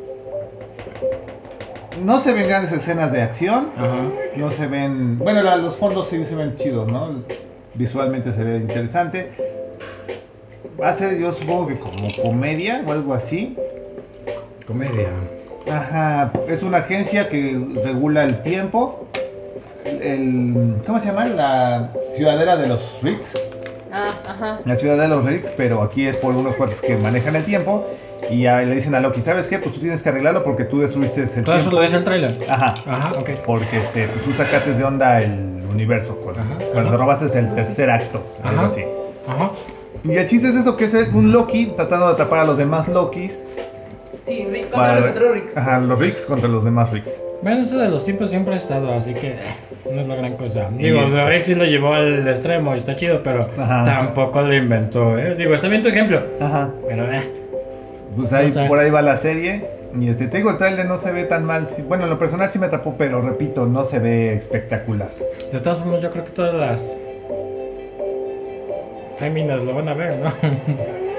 No se ven grandes escenas de acción. Ajá. No se ven. Bueno, la- los fondos sí se ven chidos, ¿no? Visualmente se ve interesante. Va a ser, yo supongo que como comedia o algo así. Comedia. Ajá, es una agencia que regula el tiempo. El, ¿cómo se llama? La ciudadela de los Ricks. Ah, ajá. La ciudad de los Ricks, pero aquí es por unos cuates que manejan el tiempo. Y ya le dicen a Loki, ¿sabes qué? Pues tú tienes que arreglarlo porque tú destruiste el Todo tiempo. eso lo dice el tráiler. Ajá. Ajá, ok. Porque este, pues tú sacaste de onda el universo cuando, Ajá, cuando ajá. robaste el tercer acto, algo Ajá. así. Ajá. Y el chiste es eso, que es un Loki tratando de atrapar a los demás Lokis. Sí, Rick contra los otros Ricks. Ajá, los Ricks contra los demás Ricks. Bueno, eso de los tiempos siempre ha estado, así que eh, no es la gran cosa. Digo, Y- Rick sí lo llevó al extremo y está chido, pero Ajá. tampoco lo inventó, ¿eh? Digo, está bien tu ejemplo, Ajá. pero eh. Pues ahí, No sé. por ahí va la serie. Y este, te digo, el tráiler no se ve tan mal. Sí, bueno, en lo personal sí me atrapó, pero repito, no se ve espectacular. De todas formas, yo creo que todas las féminas lo van a ver, ¿no?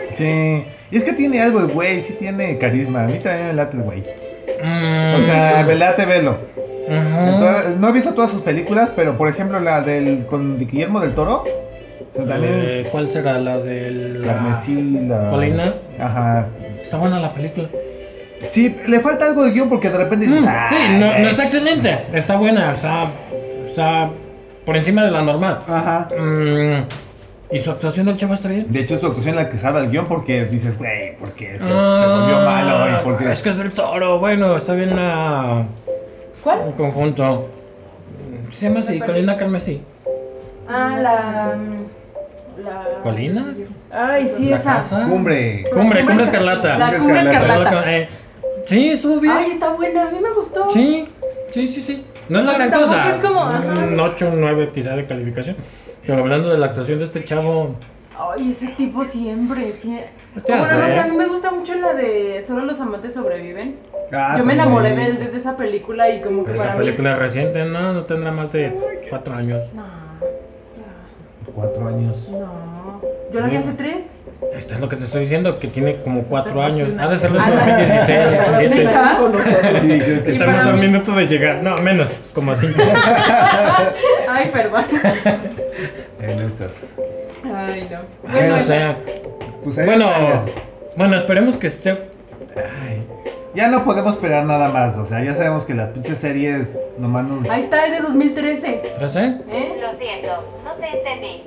Sí. Y es que tiene algo el güey, sí tiene carisma. A mí también me late el güey. Mm, O sea, me late verlo. ajá. Entonces, no he visto todas sus películas, pero por ejemplo la del con Guillermo del Toro. O sea, también Eh, ¿Cuál será? La del. Carmesí, la... Colina. Ajá. Está buena la película. Sí, le falta algo de guión porque de repente dices, Mm, "Ay, sí, no, güey". no está excelente. Está buena, está, está por encima de la normal. Ajá. Mm, y su actuación del chavo está bien. De hecho, es su actuación la que salva el guión porque dices, güey, porque se, se Ah, volvió malo y porque... Es que es del Toro. Bueno, está bien la. ¿Cuál? En conjunto. Se llama así, La Colina Carmesí. Ah, la. La. ¿Colina? Ay, sí, ¿La esa. casa? Cumbre. Cumbre, Cumbre Escar- Escarlata. La Cumbre Escarlata. Eh, sí, estuvo bien. Ay, está buena, a mí me gustó. Sí, sí, sí, sí. No es la O sea, gran cosa. tampoco es como, ajá. Un ocho, un nueve quizá de calificación. Pero hablando de la actuación de este chavo. Ay, ese tipo siempre, sí. Ya Bueno, no sé. sé, a mí me gusta mucho la de Solo los amantes sobreviven. Ah, Yo me también. enamoré de él desde esa película y como que Pero para esa película es reciente, no, no tendrá más de cuatro años. mí. No, ya, Cuatro años. no. Yo la vi hace tres. Esto es lo que te estoy diciendo, que tiene como cuatro años. una Ha de ser del Ah, dos mil dieciséis, diecisiete. ¿Neta? Sí, creo que Y Estamos para a un mí- minuto de llegar. No, menos, como a cinco. Ay, perdón. en esas. Ay, no. Ay, Bueno, no esa- sé. Pues ahí Bueno, va. bueno, esperemos que esté. Ay, ya no podemos esperar nada más. O sea, ya sabemos que las pinches series nomás nos. ahí está, es de dos mil trece. ¿trece? ¿Eh? Lo siento, no te entendí.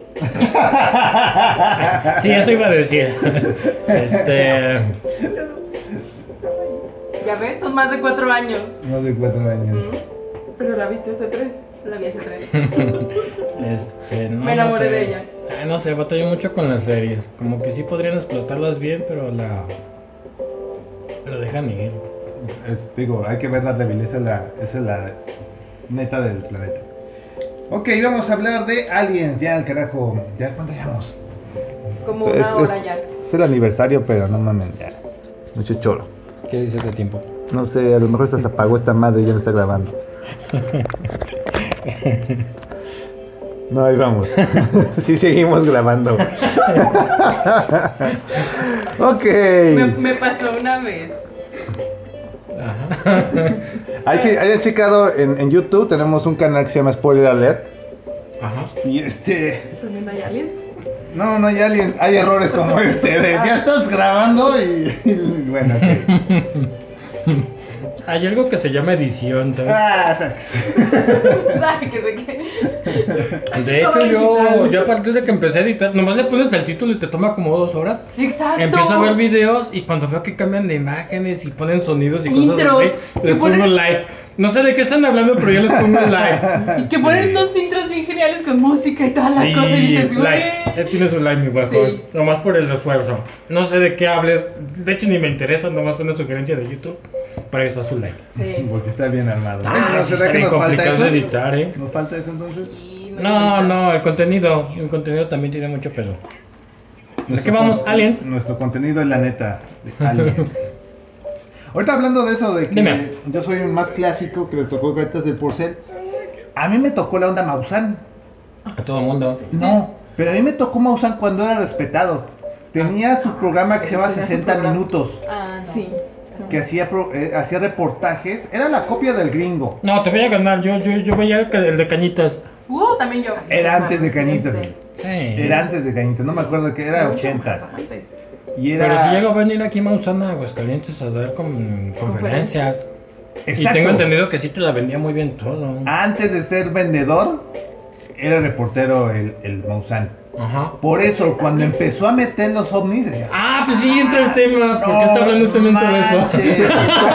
Sí, eso iba a decir. Este. Ya ves, son más de cuatro años. Más de cuatro años. ¿Mm? Pero la viste hace tres. La vi hace tres. Este, no, Me enamoré no sé. de ella. Ay, no sé, batallo mucho con las series. Como que sí podrían explotarlas bien, pero la. La dejan ir. Es- digo, hay que ver Daredevil. Esa es la, esa es la neta del planeta. Ok, vamos a hablar de Aliens. Ya, al carajo. ¿Ya cuánto llevamos? Como Es- una es- hora es- ya. Es el aniversario, pero no mames, ya. Mucho choro. ¿Qué dices de tiempo? No sé, a lo mejor se apagó esta madre y ya no está grabando. No, ahí vamos. Sí, seguimos grabando. Ok. Me, me pasó una vez. Ajá. Ahí sí, hayan checado en, en YouTube, tenemos un canal que se llama Spoiler Alert. Ajá. Y este. También hay aliens. No, no hay alguien. Hay errores como este. De, ya estás grabando y. y bueno, ok. Hay algo que se llama edición, ¿sabes? Ah, sax. ¿Sabes que sé que? De hecho, yo, yo a partir de que empecé a editar, nomás le pones el título y te toma como dos horas. Exacto. Empiezo a ver videos y cuando veo que cambian de imágenes y ponen sonidos y cosas Intros. así, les Que pongo ponen- like. No sé de qué están hablando, pero yo les pongo like. Y que Sí. ponen unos intros bien geniales con música y toda la Sí, cosa y dices, like. Ya güey. tienes un like, mi guajo. Sí. Nomás por el esfuerzo. No sé de qué hables. De hecho, ni me interesa. Nomás una sugerencia de YouTube. Para eso su like. Sí. Porque está bien armado. Ah, Bueno, sí, ¿será está que bien nos falta complicado eso? de editar, ¿eh? ¿Nos falta eso entonces? Sí, No, necesita. no, el contenido. El contenido también tiene mucho peso. ¿De qué Nuestro vamos? con- ¿Aliens? Nuestro contenido es la neta de Aliens. Ahorita hablando de eso, de que Dime. yo soy un más clásico que les tocó Gaitas del Porcel. A mí me tocó la onda Maussan. A todo mundo. No, pero a mí me tocó Maussan cuando era respetado. Tenía su programa que se llama tenía su sesenta programa. minutos. Ah, no. Sí. Que hacía, pro- eh, hacía reportajes. Era la copia del gringo. No, te voy a ganar. Yo, yo, yo veía el, que- el de cañitas. Uh, también yo. Era antes de Cañitas. güey. Sí. Era antes de Cañitas. No me acuerdo que era Mucho ochentas. más antes. Y era... Pero si llega a venir aquí Mausana a Aguascalientes a dar con- conferencias. Y Exacto. tengo entendido que sí te la vendía muy bien todo. Antes de ser vendedor, era reportero el, el Maussan. Ajá. Por eso, cuando empezó a meter los ovnis, decías... Ah, pues sí, entra el tema. ¿Por qué está hablando este menso de eso? manches.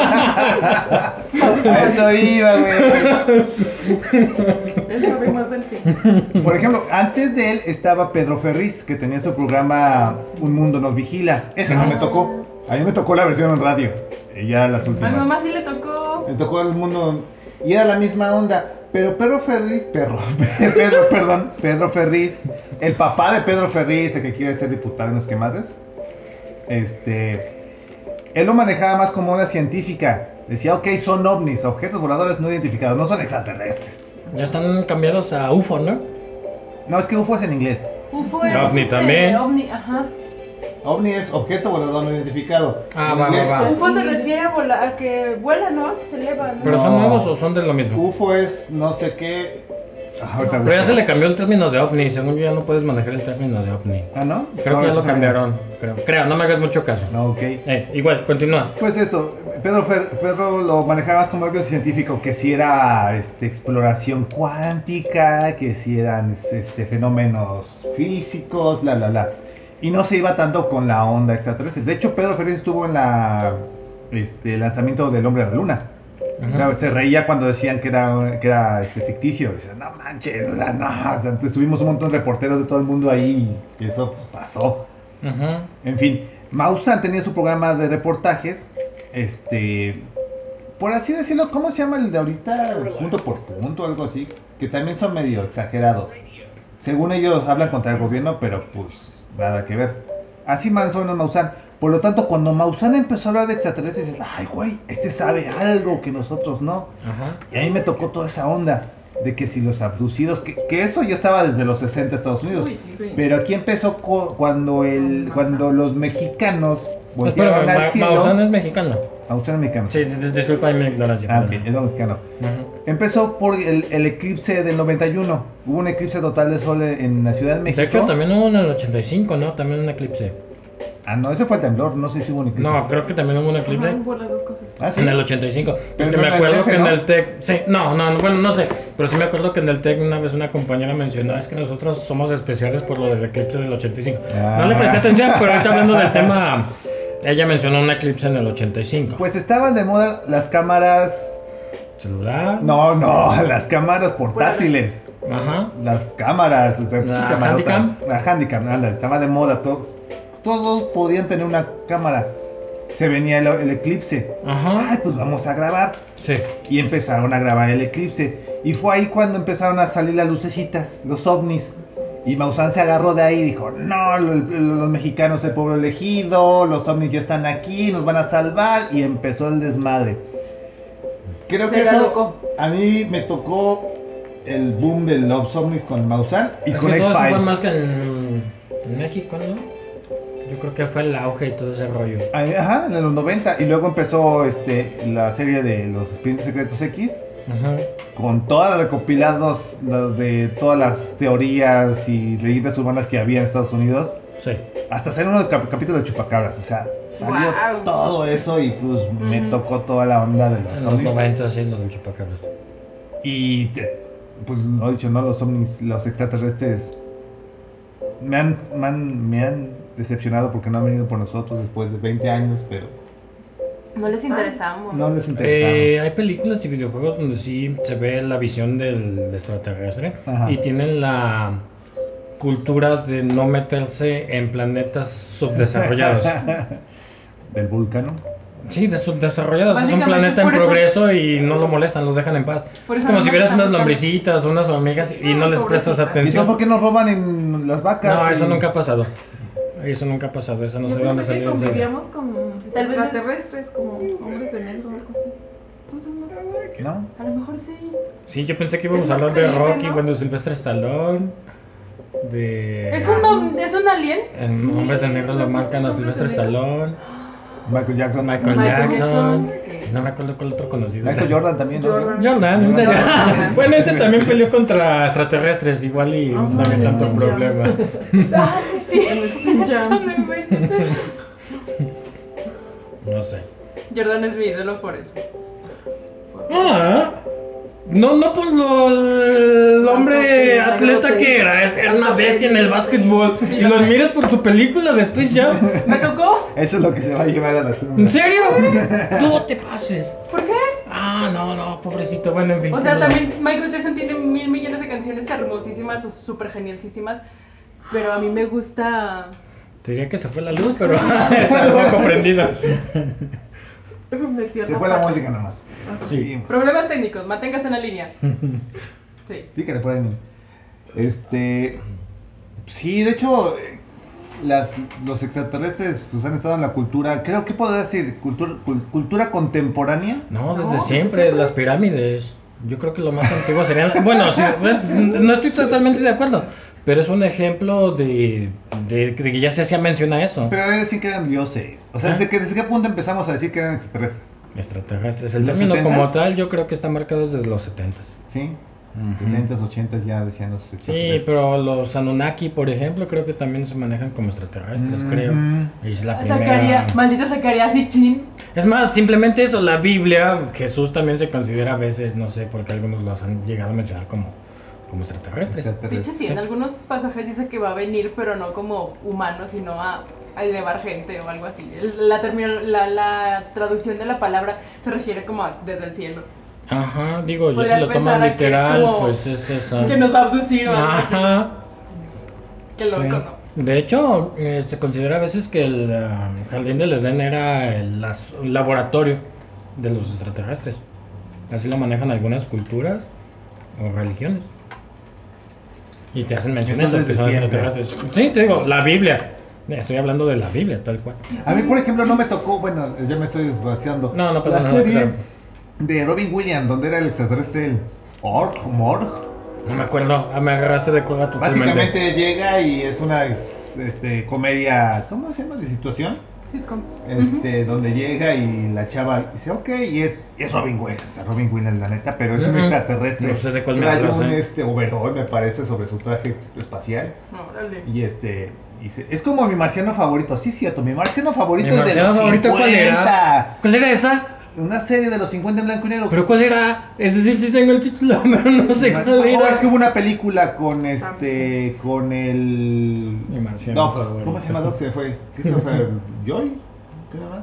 A eso iba, güey. Él sabe más del que. Por ejemplo, antes de él estaba Pedro Ferriz, que tenía su programa Un Mundo Nos Vigila. Ese no me tocó. A mí me tocó la versión en radio. Y ya las A mi últimas. mamá sí le tocó. Me tocó el mundo y era la misma onda. Pero Pedro Ferriz, perro, Pedro, perdón, Pedro Ferriz, el papá de Pedro Ferriz, el que quiere ser diputado en los quemadres, este, él lo manejaba más como una científica. Decía, ok, son ovnis, objetos voladores no identificados, no son extraterrestres. Ya están cambiados a U F O, ¿no? No, es que U F O es en inglés. U F O Y es ovni este, también. ovni, ajá. OVNI es objeto volador no identificado. Ah, En va, inglés, va, va. U F O se refiere a, vola- a que vuela, ¿no? Que se eleva, ¿no? ¿Pero No. son nuevos o son de lo mismo? U F O es no sé qué. Ah, ahorita Pero ya busco. se le cambió el término de ovni. Según yo ya no puedes manejar el término de ovni. Ah, ¿no? Creo No, que ya lo eso me- cambiaron. Creo, creo, no me hagas mucho caso. No, ok. Eh, igual, continúa. Pues esto, Pedro, Fer- Pedro lo manejaba más como algo científico, que si era este, exploración cuántica, que si eran este, fenómenos físicos, bla, bla, bla. Y no se iba tanto con la onda extraterrestre. De hecho, Pedro Ferriz estuvo en la este, lanzamiento del Hombre a la Luna. O sea, Ujú. se reía cuando decían que era, que era este, ficticio. Dice, no manches, o sea, no. O sea, estuvimos un montón de reporteros de todo el mundo ahí y eso pues, pasó. Ujú. En fin, Maussan tenía su programa de reportajes, este, por así decirlo, ¿cómo se llama el de ahorita? Punto por punto, algo así, que también son medio exagerados. Según ellos hablan contra el gobierno, pero pues nada que ver. Así más o menos Maussan. Por lo tanto, cuando Maussan empezó a hablar de extraterrestres, dices, ay güey, este sabe algo que nosotros no. Ajá. Y a mí me tocó toda esa onda de que si los abducidos, que, que eso ya estaba desde los sesenta Estados Unidos. Uy, sí. Sí. Pero aquí empezó co- cuando el cuando los mexicanos voltearon Espérame, al Ma- cielo. Maussan es mexicano. Maussan es mexicano. Sí, di- disculpa mi ignorancia. Ah, ok, perdón. es mexicano. Ujú. Empezó por el, el eclipse del noventa y uno. Hubo un eclipse total de sol en la Ciudad de México. De hecho, también hubo en el ochenta y cinco, ¿no? También un eclipse. Ah, no, ese fue el temblor. No sé si hubo un eclipse. No, creo que también hubo un eclipse. Ajá, hubo las dos cosas. Ah, sí. En el ochenta y cinco. Pero Porque no me en el acuerdo D F, que en ¿no? el TEC. Sí, no, no, bueno, no sé. Pero sí me acuerdo que en el TEC una vez una compañera mencionó: es que nosotros somos especiales por lo del eclipse del ochenta y cinco. Ah. No le presté atención, pero ahorita hablando del tema, ella mencionó un eclipse en el ochenta y cinco. Pues estaban de moda las cámaras. Celular. No, no, las cámaras portátiles. Ajá. Las cámaras, o sea, La pinches camarotas. Handycam. La Handycam, anda, estaba de moda. Todo, todos podían tener una cámara. Se venía el, el eclipse. Ajá. Ay, pues vamos a grabar. Sí. Y empezaron a grabar el eclipse. Y fue ahí cuando empezaron a salir las lucecitas, los ovnis. Y Maussan se agarró de ahí y dijo, no, lo- lo- los mexicanos, el pueblo elegido, los ovnis ya están aquí, nos van a salvar. Y empezó el desmadre. Creo Se que eso loco. a mí me tocó el boom de los ovnis con Maussan y Es con que todo eso fue X-Files. más que en, en México, ¿no? Yo creo que fue el auge y todo ese rollo. Ahí, ajá, en los noventa. Y luego empezó este, la serie de los Expedientes Secretos X. Ajá. Con todos los recopilados los de todas las teorías y leyendas urbanas que había en Estados Unidos. Sí. Hasta hacer uno cap capítulo de Chupacabras. O sea, salió Guau. todo eso y pues me Ujú. tocó toda la onda de los En los ovnis. noventa, sí, los del chupacabras. Y te- pues lo he dicho, ¿no? Los ovnis, los extraterrestres me han, me han, me han decepcionado porque no han venido por nosotros después de veinte años, pero No les interesamos. no les interesamos. Eh, hay películas y videojuegos donde sí se ve la visión del extraterrestre Ajá. y tienen la cultura de no meterse en planetas subdesarrollados. Del vulcano. Sí, de subdesarrollados. Es un Básicamente planeta es en por eso- progreso y no lo molestan, los dejan en paz. Por Es eso como nomás si vieras están unas buscando- lombricitas o unas hormigas y Ay, no les prestas pobrecitas. ¿Y atención. eso por qué nos roban en las vacas? No, eso Y- nunca ha pasado. Eso nunca ha pasado. Eso no Yo sé de dónde pensé que salió ese- convivíamos con Tal vez es- extraterrestres, como hombres de negro o algo así. Entonces no. ¿No? A lo mejor sí. Sí, yo pensé que íbamos Es a más hablar de creíble, Rocky, ¿no? bueno, de Silvestre Stallone, de... ¿Es un, nom- ¿es un alien? En Sí, Hombres de Negro lo ¿no has marcan a visto Hombres Silvestre de Negro? Stallone, Michael Jackson. Michael, Michael Jackson, Jackson, sí. no me acuerdo cuál otro conocido Michael era. Jordan también, ¿no? Jordan. Jordan, en serio. Jordan. Bueno, ese también peleó contra extraterrestres, igual y Ajá, no había en tanto Space problema. Ah, sí, sí. En Space Jam. No inventes. No sé. Jordan es mi ídolo por eso. Ah, no, no por lo, el hombre atleta que era, es, era una bestia en el básquetbol. Sí, Y lo los sé. miras por su película de Space Jam. ¿Me tocó? Eso es lo que se va a llevar a la tumba. ¿En serio? No te pases. ¿Por qué? Ah, no, no, pobrecito. Bueno, en fin. O sea, no. también Michael Jackson tiene mil millones de canciones hermosísimas o súper genialísimas. Pero a mí me gusta. Te diría que se fue la luz, pero es algo comprendido. Metió Se fue la pata. música nada más. Sí. Seguimos. Problemas técnicos, manténgase en la línea. Sí. Fíjate por ahí. men. Este. Sí, de hecho, eh, las, los extraterrestres pues, han estado en la cultura. Creo que podría decir cultura, cul- cultura contemporánea. No, desde No, siempre, siempre. las pirámides. Yo creo que lo más antiguo serían. Bueno, sí, ves, no estoy totalmente de acuerdo. Pero es un ejemplo de, de, de que ya se hacía mención a eso. Pero debe decir que eran dioses. O sea, Ah. ¿desde qué, desde qué punto empezamos a decir que eran extraterrestres? Extraterrestres. El ¿Los término como setentas? tal yo creo que está marcado desde los setentas. Sí, Ujú. setentas, ochentas ya decían los Sí, extraterrestres. pero los Anunnaki, por ejemplo, creo que también se manejan como extraterrestres, Ujú. creo. Es la Sacaría, primera. maldito sacaría así chin. Es más, simplemente eso, la Biblia, Jesús también se considera a veces, no sé, porque algunos los han llegado a mencionar como, como extraterrestres. De hecho, Extraterrestres. sí, Sí. en algunos pasajes dice que va a venir, pero no como humano, sino a, a elevar gente o algo así. El- La, termino- la, la traducción de la palabra se refiere como a desde el cielo. Ajá, digo, yo si Podrías lo tomo pensar a que es literal, como pues es eso. Que nos va a abducir o algo Ajá. así. Qué loco, Sí. ¿no? De hecho, eh, se considera a veces que el ah, Jardín del Edén era el las- un laboratorio de los extraterrestres. Así lo manejan algunas culturas o religiones. Y te hacen mención de eso, Entonces, que son de siempre. extraterrestres. Sí, te digo, la Biblia. Estoy hablando de la Biblia, tal cual. A mí, por ejemplo, no me tocó, bueno, ya me estoy desvaciando. No, no pasa la nada, serie claro. de Robin Williams, donde era el extraterrestre, el Org, Morg. No me acuerdo, ah, me agarraste de cola totalmente. Básicamente llega y es una es- este, comedia, ¿cómo se llama? De situación. Sitcom. Este, donde llega y la chava dice, ok, y es, es Robin Williams, o sea, Robin Williams la neta, pero es un Ujú. extraterrestre. No sé de cuál me Trae hablas, un eh. este, overall, me parece, sobre su traje espacial. Órale. Y este, y se- es como mi marciano favorito, sí, cierto, mi marciano favorito Mi es de marciano los favorito, cincuenta. ¿cuál era? ¿Cuál era esa? Una serie de los cincuenta en blanco y negro. ¿Pero cuál era? Es decir, sí tengo el título, pero no sé Ma- cuál oh, era. es que hubo una película con este, con el Mi marciano Doc, favorito. ¿cómo se llama Doc? Se fue, Christopher Joy, ¿qué se llama?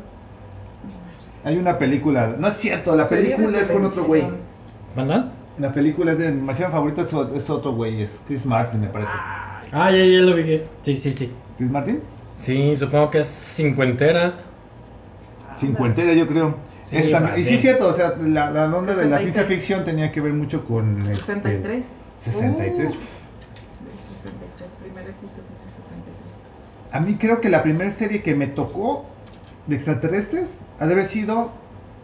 Hay una película, no es cierto, la Serie de película es con otro güey. televisión. ¿Verdad? La película es de mi marciano favorito, es, o- es otro güey, es Chris Martin, me parece. Ah, ya, ya lo vi. Sí, sí, sí. ¿Chris Martin? Sí, supongo que es cincuentera. Cincuentera, yo creo. Sí, Es también- y fácil. sí es cierto, o sea, la, la onda de la sesenta y ciencia seis. ficción tenía que ver mucho con este, sesenta y tres. sesenta y tres. Uh. Del sesenta y tres, primer episodio del sesenta y tres. A mí creo que la primera serie que me tocó de extraterrestres ha de haber sido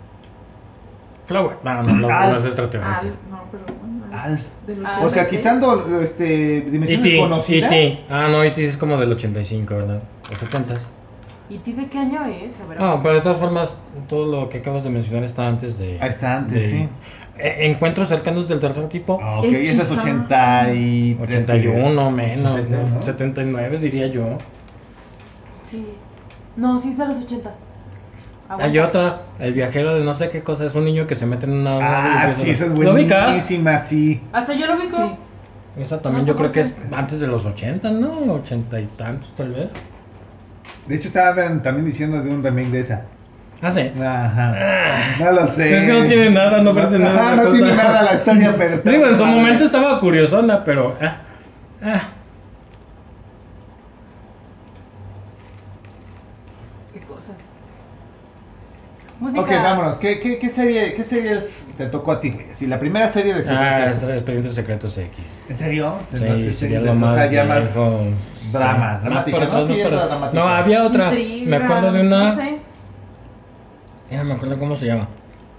Flower. No, no, Flower Alf. no es extraterrestre. Al, no, pero bueno. Alf. Alf. Del Ah, O sea, ochenta y seis. quitando este, Dimensión E T, Desconocida. E T. Ah, no, E T es como del ochenta y cinco, ¿verdad? O setenta. ¿Y ti de qué año es? A ver. No, pero de todas formas, todo lo que acabas de mencionar está antes de. Ahí está antes, de- sí. Eh, Encuentros cercanos del tercer tipo. Ah, ok, ese es ochenta y tres. ochenta y uno menos, ochenta y tres, ¿no? ¿no? setenta y nueve diría yo. Sí. No, sí es de los ochentas. Hay otra, el viajero de no sé qué cosa, es un niño que se mete en una nave y Ah, empieza sí, a- esa es ¿Lo ubicas? buenísima, sí. Hasta yo lo ubico. Sí. Esa también No sé yo creo por que qué. es antes de los ochenta, ¿no? ochenta y tantos tal vez. De hecho, estaban también diciendo de un remake de esa. Ah, sí. Ajá. No lo sé. Es que no tiene nada, no ofrece nada. Ajá, la no cosa. tiene nada la historia, pero está. Digo, en su padre. momento estaba curiosona, pero. ah, ah. Qué cosas. Música. Ok, vámonos. ¿Qué, qué, qué serie, qué series te tocó a ti, güey? Si la primera serie de Ah, extraterrestres. este, Expedientes Secretos X. ¿En serio? Se me Sí, hace sería series, lo o más. sea, ya más viejo. drama, Sí, dramática, más para ¿no? atrás, Sí, más entra para- dramática. No, había otra. Intriga, Me acuerdo de una. No sé. Ya me acuerdo cómo se llama.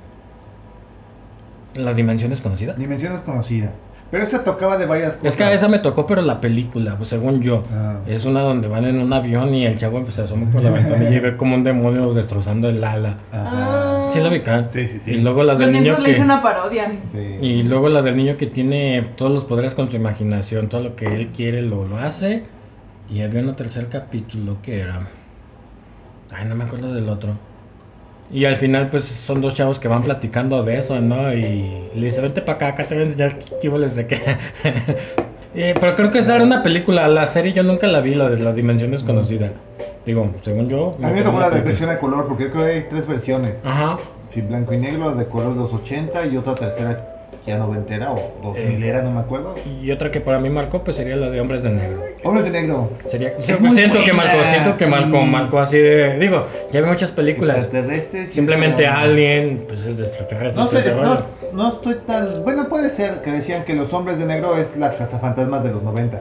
La Dimensión Desconocida. Dimensión desconocida. Pero esa tocaba de varias cosas. Es que a esa me tocó, pero la película, pues según yo. Ah. Es una donde van en un avión y el chavo pues, se asoma por la ventanilla y ve como un demonio destrozando el ala. Ajá. ¿Sí la ubican? Sí, sí, sí. Y luego la Los del niño Simpsons le hice que... una parodia. Sí. Y luego la del niño que tiene todos los poderes con su imaginación, todo lo que él quiere lo, lo hace. Y había un tercer capítulo que era... Ay, no me acuerdo del otro. Y al final pues son dos chavos que van platicando de eso, ¿no? Y le dice, vente para acá, acá te voy a enseñar qué qué les de qué. Eh, pero creo que esa era una película, la serie yo nunca la vi, la de la Dimensión Desconocida. Digo, según yo... A mí me tocó la de película. versión a color porque creo que hay tres versiones. Ajá. Sí, blanco y negro, de color los ochenta y otra tercera ya noventera o dos Eh. milera, no me acuerdo. Y otra que para mí marcó pues sería la de Hombres de Negro. Hombres de negro. Sería, Es siento muy que buena, marcó, siento que sí. marcó, marcó así de... Digo, ya vi muchas películas. Extraterrestres. y Simplemente esa onda. Alien, pues es de extraterrestres. No sé, todo ese no, rollo. no estoy tan... Bueno, puede ser que decían que los hombres de negro es la cazafantasmas de los noventa.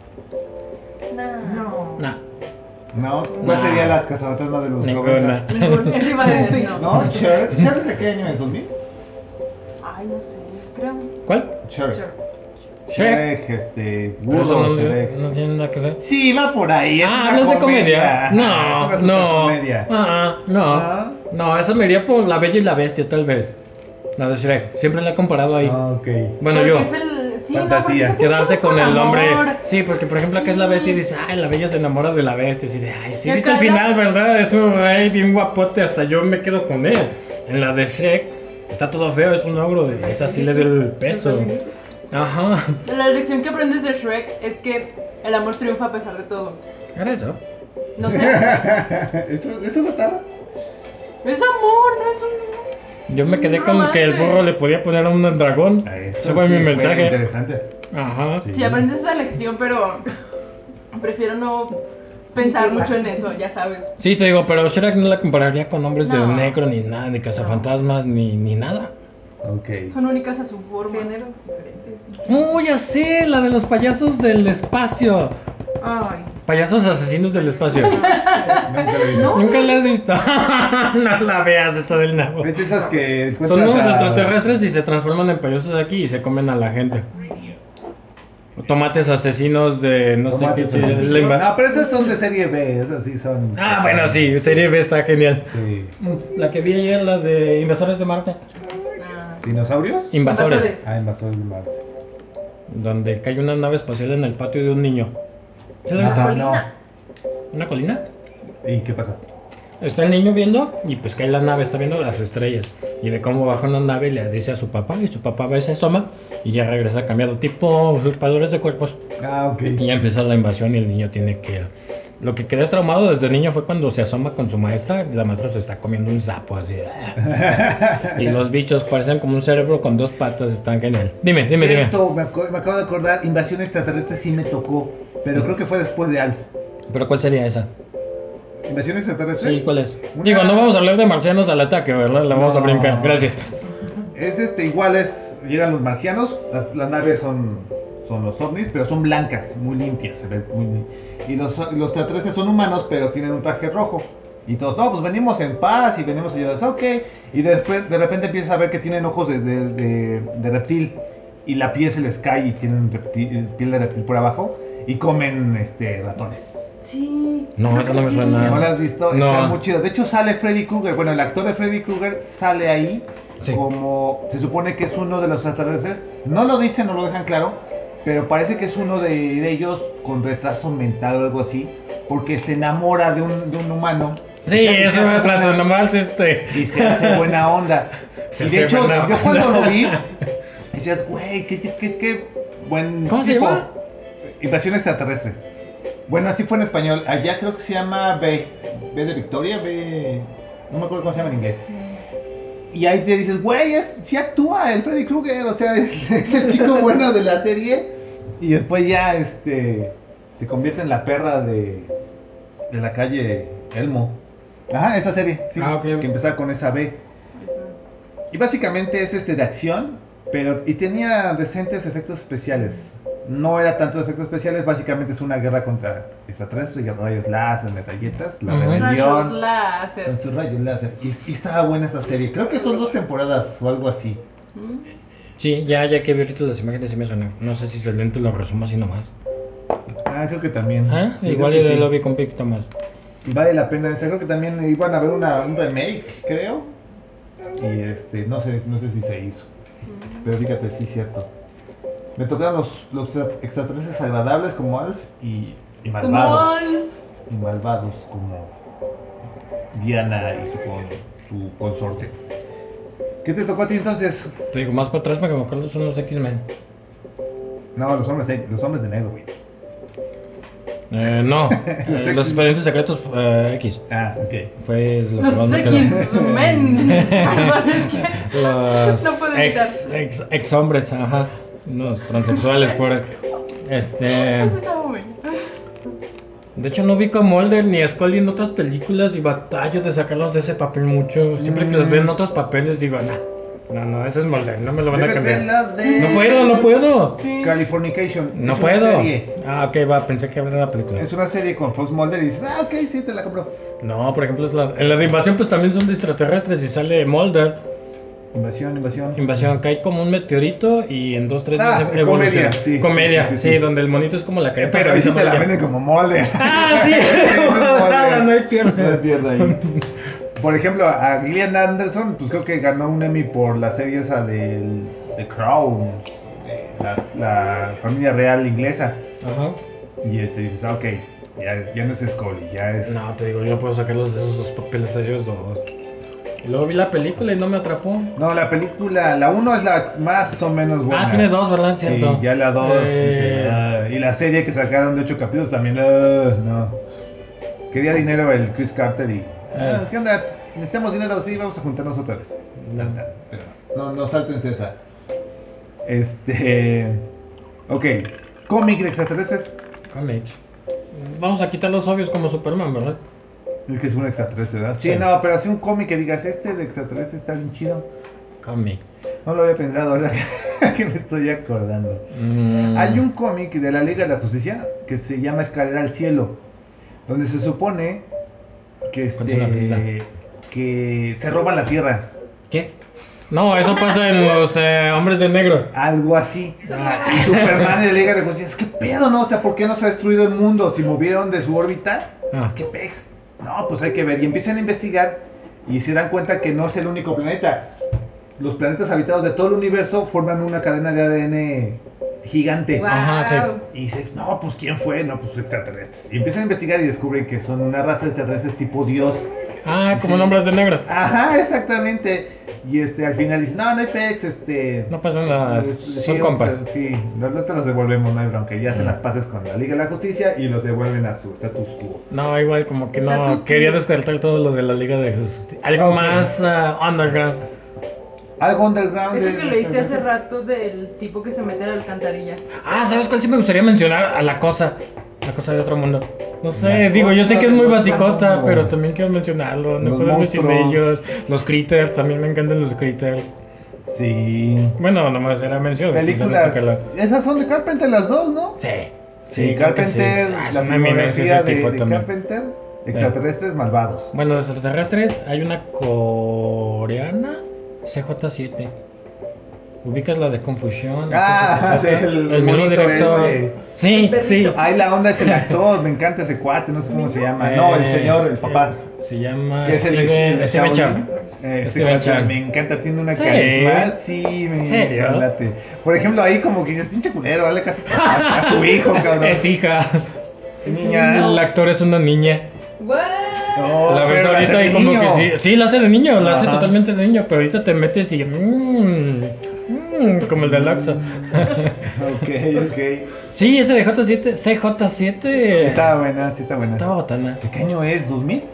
No. Nah, ¿No? ¿Cuál Nah. sería la cazafantasmas de los Ninguna. noventa? Ningún. Eso iba a decir. ¿No? Cher. ¿Cher de qué año es? ¿dos mil? Ay, no sé. Creo. ¿cuál? Cher. Cher. Shrek, este, Pero eso burro, no, Shrek. no tiene nada que ver. Sí, va por ahí, es Ah, una ¿no es de comedia. comedia? Ajá, es No, una no. comedia. Ah, no. ¿No? No, eso me iría por La Bella y la Bestia, tal vez. La de Shrek. Siempre la he comparado ahí. Ah, ok. Bueno, Porque yo. es el... Sí, Fantasía. no, porque Quedarte con el hombre. amor. Sí, porque por ejemplo acá es la Sí. bestia y dice, ay, la bella se enamora de la bestia. Y dice, ay, sí, Y viste acá el la- final, ¿verdad? Es un rey bien guapote, hasta yo me quedo con él. En la de Shrek está todo feo, es un ogro. Y esa sí le dio el peso. Ajá. La lección que aprendes de Shrek es que el amor triunfa a pesar de todo. Era eso. No sé, ¿Eso, eso notaba? es amor, no es un... Yo me quedé Un con que el romance. burro le podía poner a un dragón. Ah, eso Ese fue sí mi mensaje. interesante. Ajá. Sí. Sí, aprendes esa lección, pero prefiero no pensar mucho en eso, ya sabes. Sí, te digo, pero Shrek no la compararía con hombres de No. negro ni nada, ni cazafantasmas, ni, ni nada. Ok. Son únicas a su forma. Géneros diferentes. ¡Oh, ya sé! La de los payasos del espacio. Ay. Payasos asesinos del espacio. Nunca lo hice. ¿No? Nunca la has visto. No la veas, está del nabo. ¿Viste esas que encuentras Son unos a- extraterrestres y se transforman en payasos aquí y se comen a la gente. O tomates asesinos de no Tomates sé qué. asesinos? la inva- No, pero esas son de serie B, esas sí son. Ah, bueno, sí, serie B está genial. Sí. La que vi ayer, la de Invasores de Marte. Ah. ¿Dinosaurios? Invasores. Invasores. Ah, invasores de Marte. Donde cae una nave espacial en el patio de un niño. ¿Sí la viste? Ah, colina. ¿Una colina? no. ¿Y qué pasa? Está el niño viendo y pues cae la nave, está viendo las estrellas. Y ve cómo baja una nave y le dice a su papá. Y su papá va y se asoma y ya regresa cambiado. Tipo usurpadores de cuerpos. Ah, ok. Y ya empieza la invasión y el niño tiene que... Lo que quedé traumado desde niño fue cuando se asoma con su maestra y la maestra se está comiendo un sapo así. Y los bichos parecen como un cerebro con dos patas, están genial. Dime, dime, dime. Cierto, me, aco- me acabo de acordar, Invasión Extraterrestre sí me tocó, pero creo que fue después de Alf. ¿Pero cuál sería esa? ¿Invasión Extraterrestre? Sí, ¿cuál es? Una- Digo, no vamos a hablar de marcianos al ataque, ¿verdad? La vamos a No. brincar. Gracias. Es este, igual es, llegan los marcianos, las, las naves son, son los ovnis, pero son blancas, muy limpias, se ven muy... Y los, los extraterrestres son humanos, pero tienen un traje rojo. Y todos, no, pues venimos en paz y venimos a ayudar, ok. Y después, de repente empiezas a ver que tienen ojos de, de, de- de reptil y la piel se les cae y tienen reptil- piel de reptil por abajo y comen este, ratones. Sí. No, creo eso que no me sí. suena. ¿No lo has visto? No. Está muy chido. De hecho sale Freddy Krueger. Bueno, el actor de Freddy Krueger sale ahí Sí. como... Se supone que es uno de los extraterrestres. No lo dicen, no lo dejan claro. Pero parece que es uno de, de ellos con retraso mental o algo así. Porque se enamora de un, de un humano. Sí, Y se- y se eso hace me traza buena- nomás este. Y se hace buena onda. Se y de hace hecho, buena yo onda. cuando lo vi, decías, güey, qué, qué, qué, qué buen ¿Cómo se tipo. llama? Invasión extraterrestre. Bueno, así fue en español. Allá creo que se llama B. B de Victoria, B. No me acuerdo cómo se llama en inglés. Y ahí te dices, güey, es, sí actúa el Freddy Krueger. O sea, es, es el chico bueno de la serie. Y después ya este se convierte en la perra de, de la calle Elmo. Ajá, esa serie, sí. Ah, ok. Que empezaba con esa B. Y básicamente es este de acción, pero y tenía decentes efectos especiales. No era tanto de efectos especiales, básicamente es una guerra contra extraterrestres, y rayos láser, metralletas, la Ujú. Rayos rebelión láser. con sus rayos láser. Y, y estaba buena esa serie. Creo que son dos temporadas o algo así. Mm. Sí, ya, ya que vi ahorita las imágenes sí me suena. No sé si se lento lo resumo así nomás. Ah, creo que también. ¿Ah? Sí, Igual creo que yo sí. lo vi con poquito más. Y vale la pena esa. Creo que también iban a ver una, un remake, creo. Y este, no sé, no sé si se hizo. Pero fíjate, sí, cierto. Me tocaron los, los extraterrestres agradables como Alf y, y malvados. Alf. Y malvados como Diana y su, con, su consorte. ¿Qué te tocó a ti entonces? Te digo, más para atrás me acuerdo son los X-Men. No, los hombres, de- los hombres de negro, güey. Eh, no, Los eh, los X-Men. expedientes secretos eh, X. Ah, ok. Fue lo que Los más me quedó. X-Men. Perdón, es que. Los No puedo ex, ex, ex hombres, ajá. Unos transexuales por este. Eso estaba bueno. De hecho no ubico a Mulder ni a Scully en otras películas y batallo de sacarlos de ese papel mucho. Siempre que los veo en otros papeles digo, nah, no, no, ese es Mulder, no me lo van a Debes ver cambiar. la de No puedo, no puedo. Sí. Californication. No es puedo. Una serie. Ah, ok, va, pensé que era una película. Es una serie con Fox Mulder y dices, ah, ok, sí, te la compro. No, por ejemplo, es la, en la de invasión pues también son de extraterrestres y sale Mulder. Invasión, invasión. Invasión, cae como un meteorito y en dos, tres días Ah, evoluciona. comedia, sí, Comedia, sí, sí, sí, sí, sí. donde el monito es como la Eh, careta. Pero ahí sí te la amarilla. venden como molde. Ah, sí, Sí, es un molde. nada, no hay pierde. No hay pierde ahí. Por ejemplo, a Gillian Anderson, pues creo que ganó un Emmy por la serie esa del The Crown, de las- la familia real inglesa. Ajá. Y este dices, ah, ok, ya, ya no es Scully, ya es. No, te digo, yo no puedo sacarlos de esos dos papeles a ellos dos. Y luego vi la película y no me atrapó. No, la película, la uno es la más o menos buena. Ah, tiene dos, ¿verdad? Sí, Cierto. ya la dos. Eh, dice, "Ah", y la serie que sacaron de ocho capítulos también, ah, no. Quería dinero el Chris Carter y. Ah, Ay. ¿qué onda? Necesitamos dinero, sí, vamos a juntarnos otra vez. No. Tan, tan. Pero no, no sáltense esa. Este. Ok. Cómic de extraterrestres. Cómics. Vamos a quitar los obvios como Superman, ¿verdad? El que es un extraterrestre, ¿verdad? Sí, Sí. no, pero así un cómic que digas, este de extraterrestre está bien chido. Cómic. No lo había pensado, ahora que, que me estoy acordando. Mm. Hay un cómic de la Liga de la Justicia que se llama Escalera al Cielo, donde se supone que Cuéntame la película. este que se roban la Tierra, ¿Qué? No, eso pasa en los eh, Hombres de Negro. algo así. Ah. Y Superman y la Liga de la Justicia, es que pedo, ¿no? O sea, ¿por qué no se ha destruido el mundo si movieron de su órbita? Ah. Es que pex. No, pues hay que ver. Y empiezan a investigar y se dan cuenta que no es el único planeta. Los planetas habitados de todo el universo forman una cadena de A D N gigante. Wow. Ajá, sí. Y dice, no, pues ¿quién fue? No, pues extraterrestres. Y empiezan a investigar y descubren que son una raza de extraterrestres tipo Dios. Ah, Y como sí. en Hombres de Negro. Ajá, exactamente. Y este, al final dice, no, no hay pex, este... No pasa nada, este, son sí, compas. Sí, no, no te los devolvemos, no hay bronca. Y hacen Mm. las paces con la Liga de la Justicia y los devuelven a su status quo. No, igual como que Está no. tú. Quería descartar todo lo de la Liga de Justicia. Algo Ok. más ah, underground. Algo underground. Ese de- que de leíste hace extraterrestres. rato del tipo que se mete a la alcantarilla. Ah, ¿sabes cuál sí me gustaría mencionar? A la cosa. La cosa de otro mundo. No sé, La digo, yo sé cosa que es de muy otro basicota, mundo. pero también quiero mencionarlo. No Los puedo irme sin monstruos. ellos. Los critters, también me encantan los critters. Sí. Bueno, nomás era mención. quizás tocarla. Películas. Esas son de Carpenter las dos, ¿no? Sí. Sí, creo que sí. Carpenter, Ah, es la una eminencia filmografía ese de, tipo de también. Carpenter, extraterrestres malvados. Bueno, de extraterrestres hay una coreana, C J siete. ¿Ubicas la de Confusión? Ah, sí, el el mismo monito director. ese. Sí, El sí. perrito. Ahí la onda es el actor, me encanta ese cuate, no sé cómo se llama. Eh, No, el señor, el papá. eh, se llama Que es el de, Steven, el de Steven Shaolin. Chan. Eh, Ese Steven cuate Chan. me encanta, tiene una ¿Sí? carisma. Sí, me ¿Serio? late. Por ejemplo, ahí como que dices, pinche culero, dale casi a, a tu hijo, cabrón. Es hija. Niña. El actor es una niña. What? No, La ves pero la hace ahorita de y como niño. que sí. Sí, la hace de niño, la hace Ajá. totalmente de niño, pero ahorita te metes y. Mmm, mmm, como el de Oxxo. Ok, ok. Sí, ese de J siete, C J siete. Está buena, sí está buena. Estaba botana. ¿De qué año es? ¿dos mil?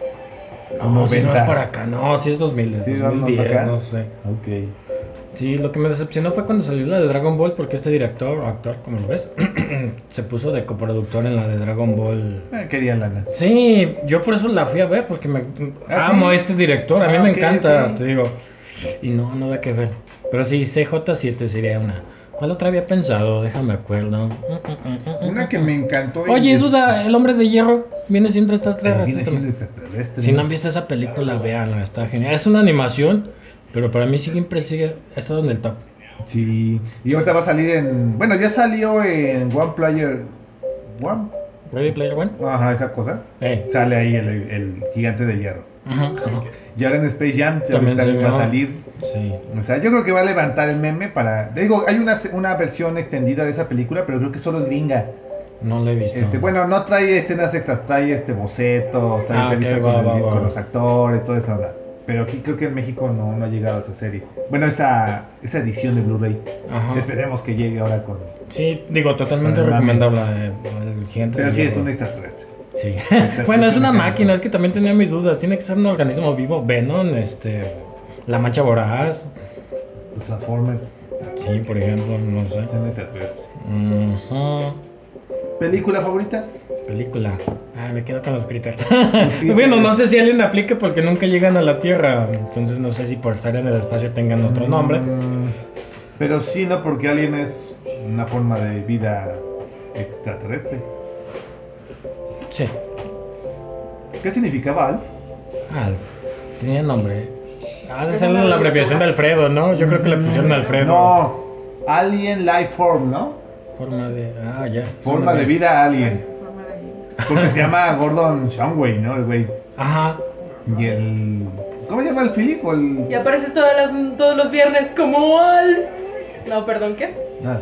¿O No, si es más noventas? para acá, no, si es dos mil, es Sí, dos vamos mil diez, para acá. no sé. Ok. Sí, lo que me decepcionó fue cuando salió la de Dragon Ball, porque este director, o actor, como lo ves, se puso de coproductor en la de Dragon Ball. Eh, quería lana. Sí, yo por eso la fui a ver, porque me ¿Ah, amo sí? a este director, a mí Ah, me ok, encanta, ok. te digo. Y no, nada que ver. Pero sí, C J siete sería una. ¿Cuál otra había pensado? Déjame acuerdo. Una que me encantó. y Oye, es- duda, el hombre de hierro viene siendo es- extraterrestre Viene siendo también. extraterrestre. Si no han visto esa película, véanla, está genial. Es una animación, pero para mí siempre sigue, está en el top. Sí. Y ahorita va a salir en. Bueno, ya salió en One Player. One. Ready Player One. Ajá, esa cosa. Eh. Sale ahí el, el gigante de hierro. Ajá, ajá. Y ahora en Space Jam ya También también, se va a vio. salir. Sí. O sea, yo creo que va a levantar el meme para. Digo, hay una, una versión extendida de esa película, pero creo que solo es gringa. No la he visto. Este, bueno, no trae escenas extras, trae este bocetos, trae Ah, ok, entrevistas va, con, va, el- va, con va. los actores, toda esa onda. Pero aquí creo que en México no, no ha llegado esa serie. Bueno, esa, esa edición de Blu-ray. Ajá. Esperemos que llegue ahora con. Sí, digo, totalmente Con el mame. recomendable. eh, El gigante Pero de sí es hierro. un extraterrestre. Sí. Extraterrestre Bueno, es una mecánico. máquina, es que también tenía mi duda. Tiene que ser un organismo vivo. Venom, este. La mancha voraz. Los Transformers Sí, por ejemplo, no sé. son extraterrestres. Ujú. ¿Película favorita? Película. Ah, me quedo con los critters. critters. Bueno, no sé si alguien aplique porque nunca llegan a la Tierra. Entonces no sé si por estar en el espacio tengan otro nombre. Mm, pero sí, no, porque Alien es una forma de vida extraterrestre. Sí. ¿Qué significaba Alf? Alf. Tenía nombre. Ah, de Es ser una la abreviación de Alfredo, ¿no? Yo creo que le pusieron Alfredo. No, Alien Life Form, ¿no? Forma de. Ah, ya. Forma Suena de bien. vida alien. Forma de vida. Porque se llama Gordon Shumway, ¿no? El güey. Ajá. Y el. ¿Cómo se llama el Philip? O el. Y aparece todas las, todos los viernes como al... No, perdón, ¿qué? Ah.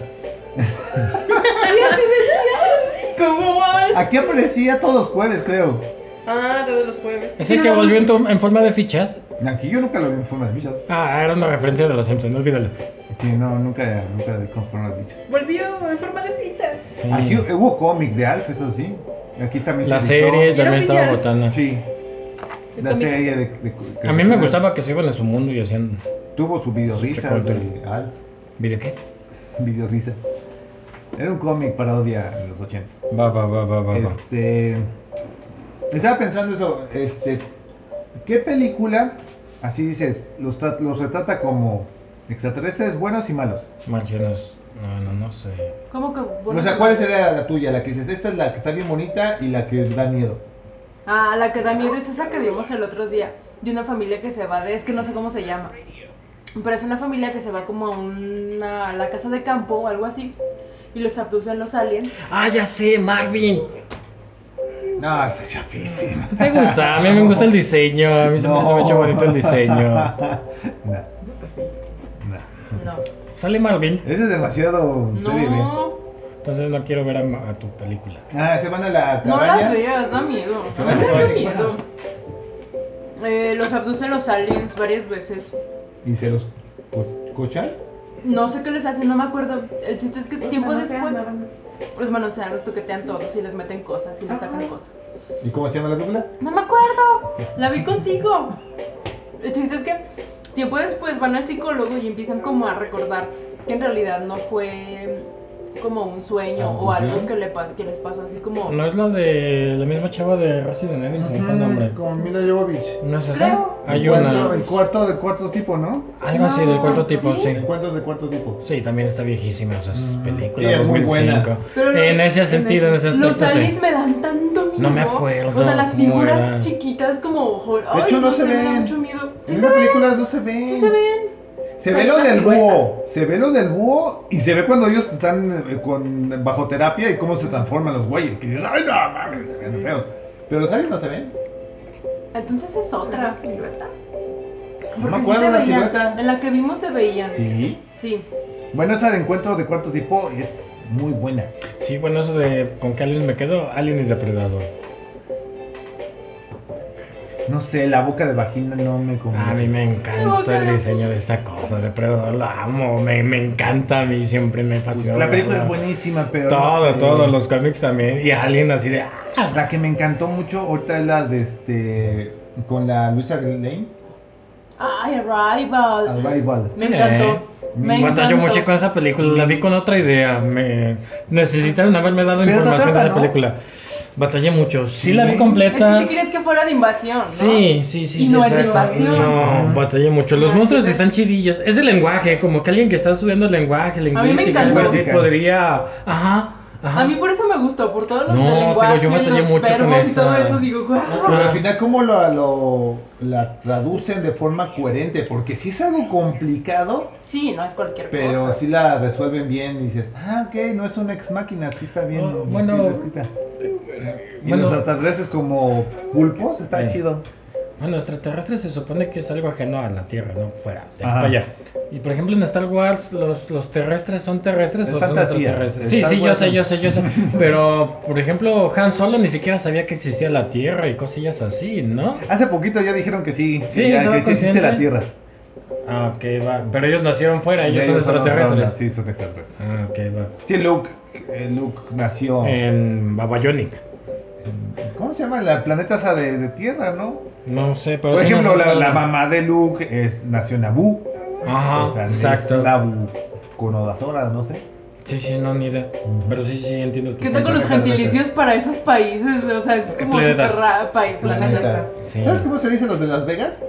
Como al... Aquí aparecía todos los jueves, creo. Ah, todos los jueves. ¿Es el que volvió en, tu- en forma de fichas? Aquí yo nunca lo vi en forma de bichas. Ah, era una referencia de los Simpsons, no olvídalo. Sí, no, nunca, nunca vi con forma de bichas. Volvió en forma de fichas. Sí. Aquí hubo cómic de Alf, eso sí. Aquí también La se editó. serie ¿Y era también estaba oficial? botana. Sí, El la cómic. serie de, de- de A mí me gustaba que se iban en su mundo y hacían. Tuvo su video risas Recorder. de Alf. ¿Video qué? Video risa. Era un cómic parodia en los ochentas. Va, va, va, va, va. va. Este. Estaba pensando eso. Este. ¿Qué película, así dices, los, tra- los retrata como extraterrestres buenos y malos? Marcianos. No, no, no sé. ¿Cómo que? bueno, O sea, ¿cuál sería la tuya? La que dices, esta es la que está bien bonita y la que da miedo. Ah, la que da miedo es esa que vimos el otro día. De una familia que se va de... Es que no sé cómo se llama. Pero es una familia que se va como a una... a la casa de campo o algo así. Y los abducen los aliens. Ah, ya sé, Marvin. No, está chafísima. ¿Te gusta? A mí me gusta el diseño. A mí siempre se me ha hecho bonito el diseño. No. No. No. Sale Marvin. Ese es demasiado serie B. No. Entonces no quiero ver a, Ma- a tu película. Ah, se van a la No cabaña. la veas, da miedo. ¿Qué A mí me pasa? da ¿Qué miedo. Eh, los abducen los aliens varias veces. Y se los co- cochan. No sé qué les hacen, no me acuerdo. El chiste es que Los tiempo manosean después nada más. los manosean, los toquetean todos y les meten cosas y les sacan Ajá. cosas. ¿Y cómo se llama la película? No me acuerdo. La vi contigo. El chiste es que tiempo después van al psicólogo y empiezan como a recordar que en realidad no fue como un sueño o ¿Alucinación? algo que, le pas- que les pasó así como... ¿No es la de la misma chava de Resident Evil? Se me fue el nombre. Con Mila Jovovich. ¿No es esa? Creo. Hay Encuentro, una. el cuarto del cuarto tipo, ¿no? Algo así del No, cuarto tipo, ¿sí? sí. Encuentros del cuarto tipo. Sí, también está viejísima esas Mm, películas. sí, es muy dos mil cinco. buena. Pero los- En ese sentido, en ese aspecto. Los sí. aliens me dan tanto miedo. No me acuerdo O sea, las cómo figuras era. chiquitas como... Ay, hecho, no se sé, me da ven. mucho miedo. Sí En se esa ven, película no se ven. sí se ven. Se Se ve ve lo la del silueta. búho, se ve lo del búho y se ve cuando ellos están eh, con bajo terapia y cómo se transforman los güeyes. Que dices, ay no mames, se ven feos. Pero los aliens no se ven. Entonces es otra. ¿La silueta? No me Porque sí acuerdo se de la veían. silueta. En la que vimos se veían. Sí. Sí. Bueno, esa de encuentro de cuarto tipo es muy buena. Sí, bueno, eso de con qué alien me quedo, Alien y Depredador. No sé, la boca de vagina no me convence. A mí me No, encanta el claro. diseño de esa cosa, Depredador, la amo, me, me encanta, a mí siempre me Pues, fascinó. la película verla. es buenísima, pero Todo, no sé. todo, los cómics también, y Alien así de... ¡ah! La que me encantó mucho ahorita es la de este con la Luisa Lane, Ay, Arrival. Arrival. Me encantó. Eh, Me Batalló encantó. mucho con esa película, la vi con otra idea, me necesitaron haberme dado Pero te información atrapa, de la ¿no? película. Batallé mucho, sí, Sí. la vi Es completa. que si querías que fuera de invasión, ¿no? Sí, sí, sí, Y sí, no es de exacto. invasión. No, batallé mucho. Los Ah, monstruos sí, están chidillos. Es de lenguaje, como que alguien que está estudiando el lenguaje, me lingüística, encantó. algo así Música. podría. Ajá, ajá. A mí por eso me gustó, por todos los No, del te lenguaje, digo, yo batallé los mucho con verbos y esa. todo eso, digo, Pero guau. al final, ¿cómo lo, lo- la traducen de forma coherente? Porque sí es algo complicado, Sí, no es cualquier pero cosa. sí la resuelven bien y dices, ah, ok, no es una ex máquina, sí está bien Oh, bueno. escrita. Y Bueno. los extraterrestres como pulpos, está Eh. chido. Bueno, extraterrestre se supone que es algo ajeno a la Tierra, ¿no? Fuera, de aquí Ajá. para allá. Y por ejemplo en Star Wars, ¿los, los terrestres son terrestres Es o son fantasía. extraterrestres? Es Sí, Star sí, yo Wars sé, son- yo sé, yo sé. Pero, por ejemplo, Han Solo ni siquiera sabía que existía la Tierra y cosillas así, ¿no? Hace poquito ya dijeron que sí, Sí, que, ya, estaba que, que existe consciente. la Tierra. Ah, ok, va. Pero ellos nacieron fuera, Y ellos son son otra extraterrestres. onda, sí, son extraterrestres. Ah, ok, va. Sí, Luke, eh, Luke nació. En Babayonic. ¿Cómo se llama? La planeta esa de, de Tierra, ¿no? No sé, pero Por sí ejemplo, la, nosotros- la mamá de Luke es, nació en Naboo. Ajá, o sea, exacto. es Naboo con Odazora, no sé. Sí, sí, no, ni idea. Pero sí, sí, entiendo. tu ¿Qué tal con punto. los gentilicios para esos países? O sea, es como Planetas. super ra- pa- planetas. Sí. ¿Sabes cómo se dice los de Las Vegas?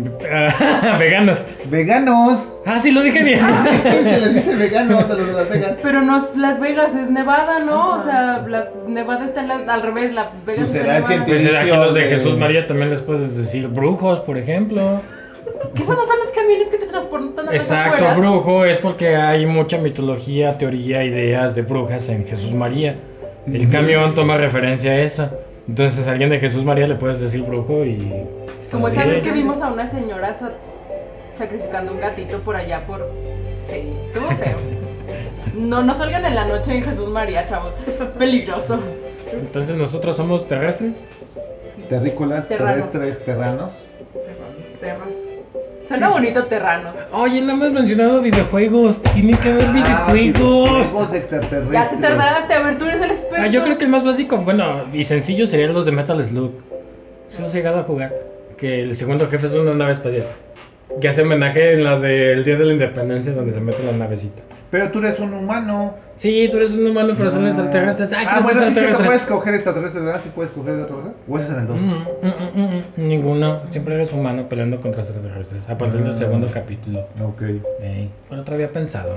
Veganos. Veganos. Ah, sí, lo dije bien. Se les dice veganos a los de Las Vegas. Pero no es Las Vegas, es Nevada, ¿no? O Ajá. sea, las, Nevada está en la- al revés, Las Vegas Pues está será en el Nevada. gentil- Pues aquí los de de- Jesús María también les puedes decir brujos, por ejemplo. Que esos no son los camiones que te transportan a las Exacto, afueras. brujo es porque hay mucha mitología, teoría, ideas de brujas en Jesús María. El Ujú. camión toma referencia a eso. Entonces a alguien de Jesús María le puedes decir brujo y... estás Como esa vez bien. que vimos a una señora sa- sacrificando un gatito por allá por... Sí, estuvo feo. No, no salgan en la noche en Jesús María, chavos. Es peligroso. Entonces nosotros somos terrestres. Terrícolas, Terranos. terrestres, terranos. Terranos, terras. Suena bonito terranos. Oye, no hemos mencionado videojuegos. Tiene que haber Ah, videojuegos. videojuegos de extraterrestres. Ya te tardaste, a ver, tú eres el experto. Ah, yo creo que el más básico, bueno, y sencillo serían los de Metal Slug. Si los he llegado a jugar. Que el segundo jefe es una nave espacial. Que hace homenaje en la del Día de la Independencia donde se mete la navecita. Pero tú eres un humano. Sí, tú eres un humano, pero son Ah. extraterrestres. Ay, Ah, ¿quieres bueno, sí, sí, te puedes extraterrestres? coger extraterrestres, ¿verdad? Sí puedes coger de otra cosa. ¿O ese es en el dos? Mm, mm, mm, mm, mm, ninguno. Siempre eres humano peleando contra extraterrestres. A partir del Ah. segundo capítulo. Ok. Ey, ¿cuál otro había pensado?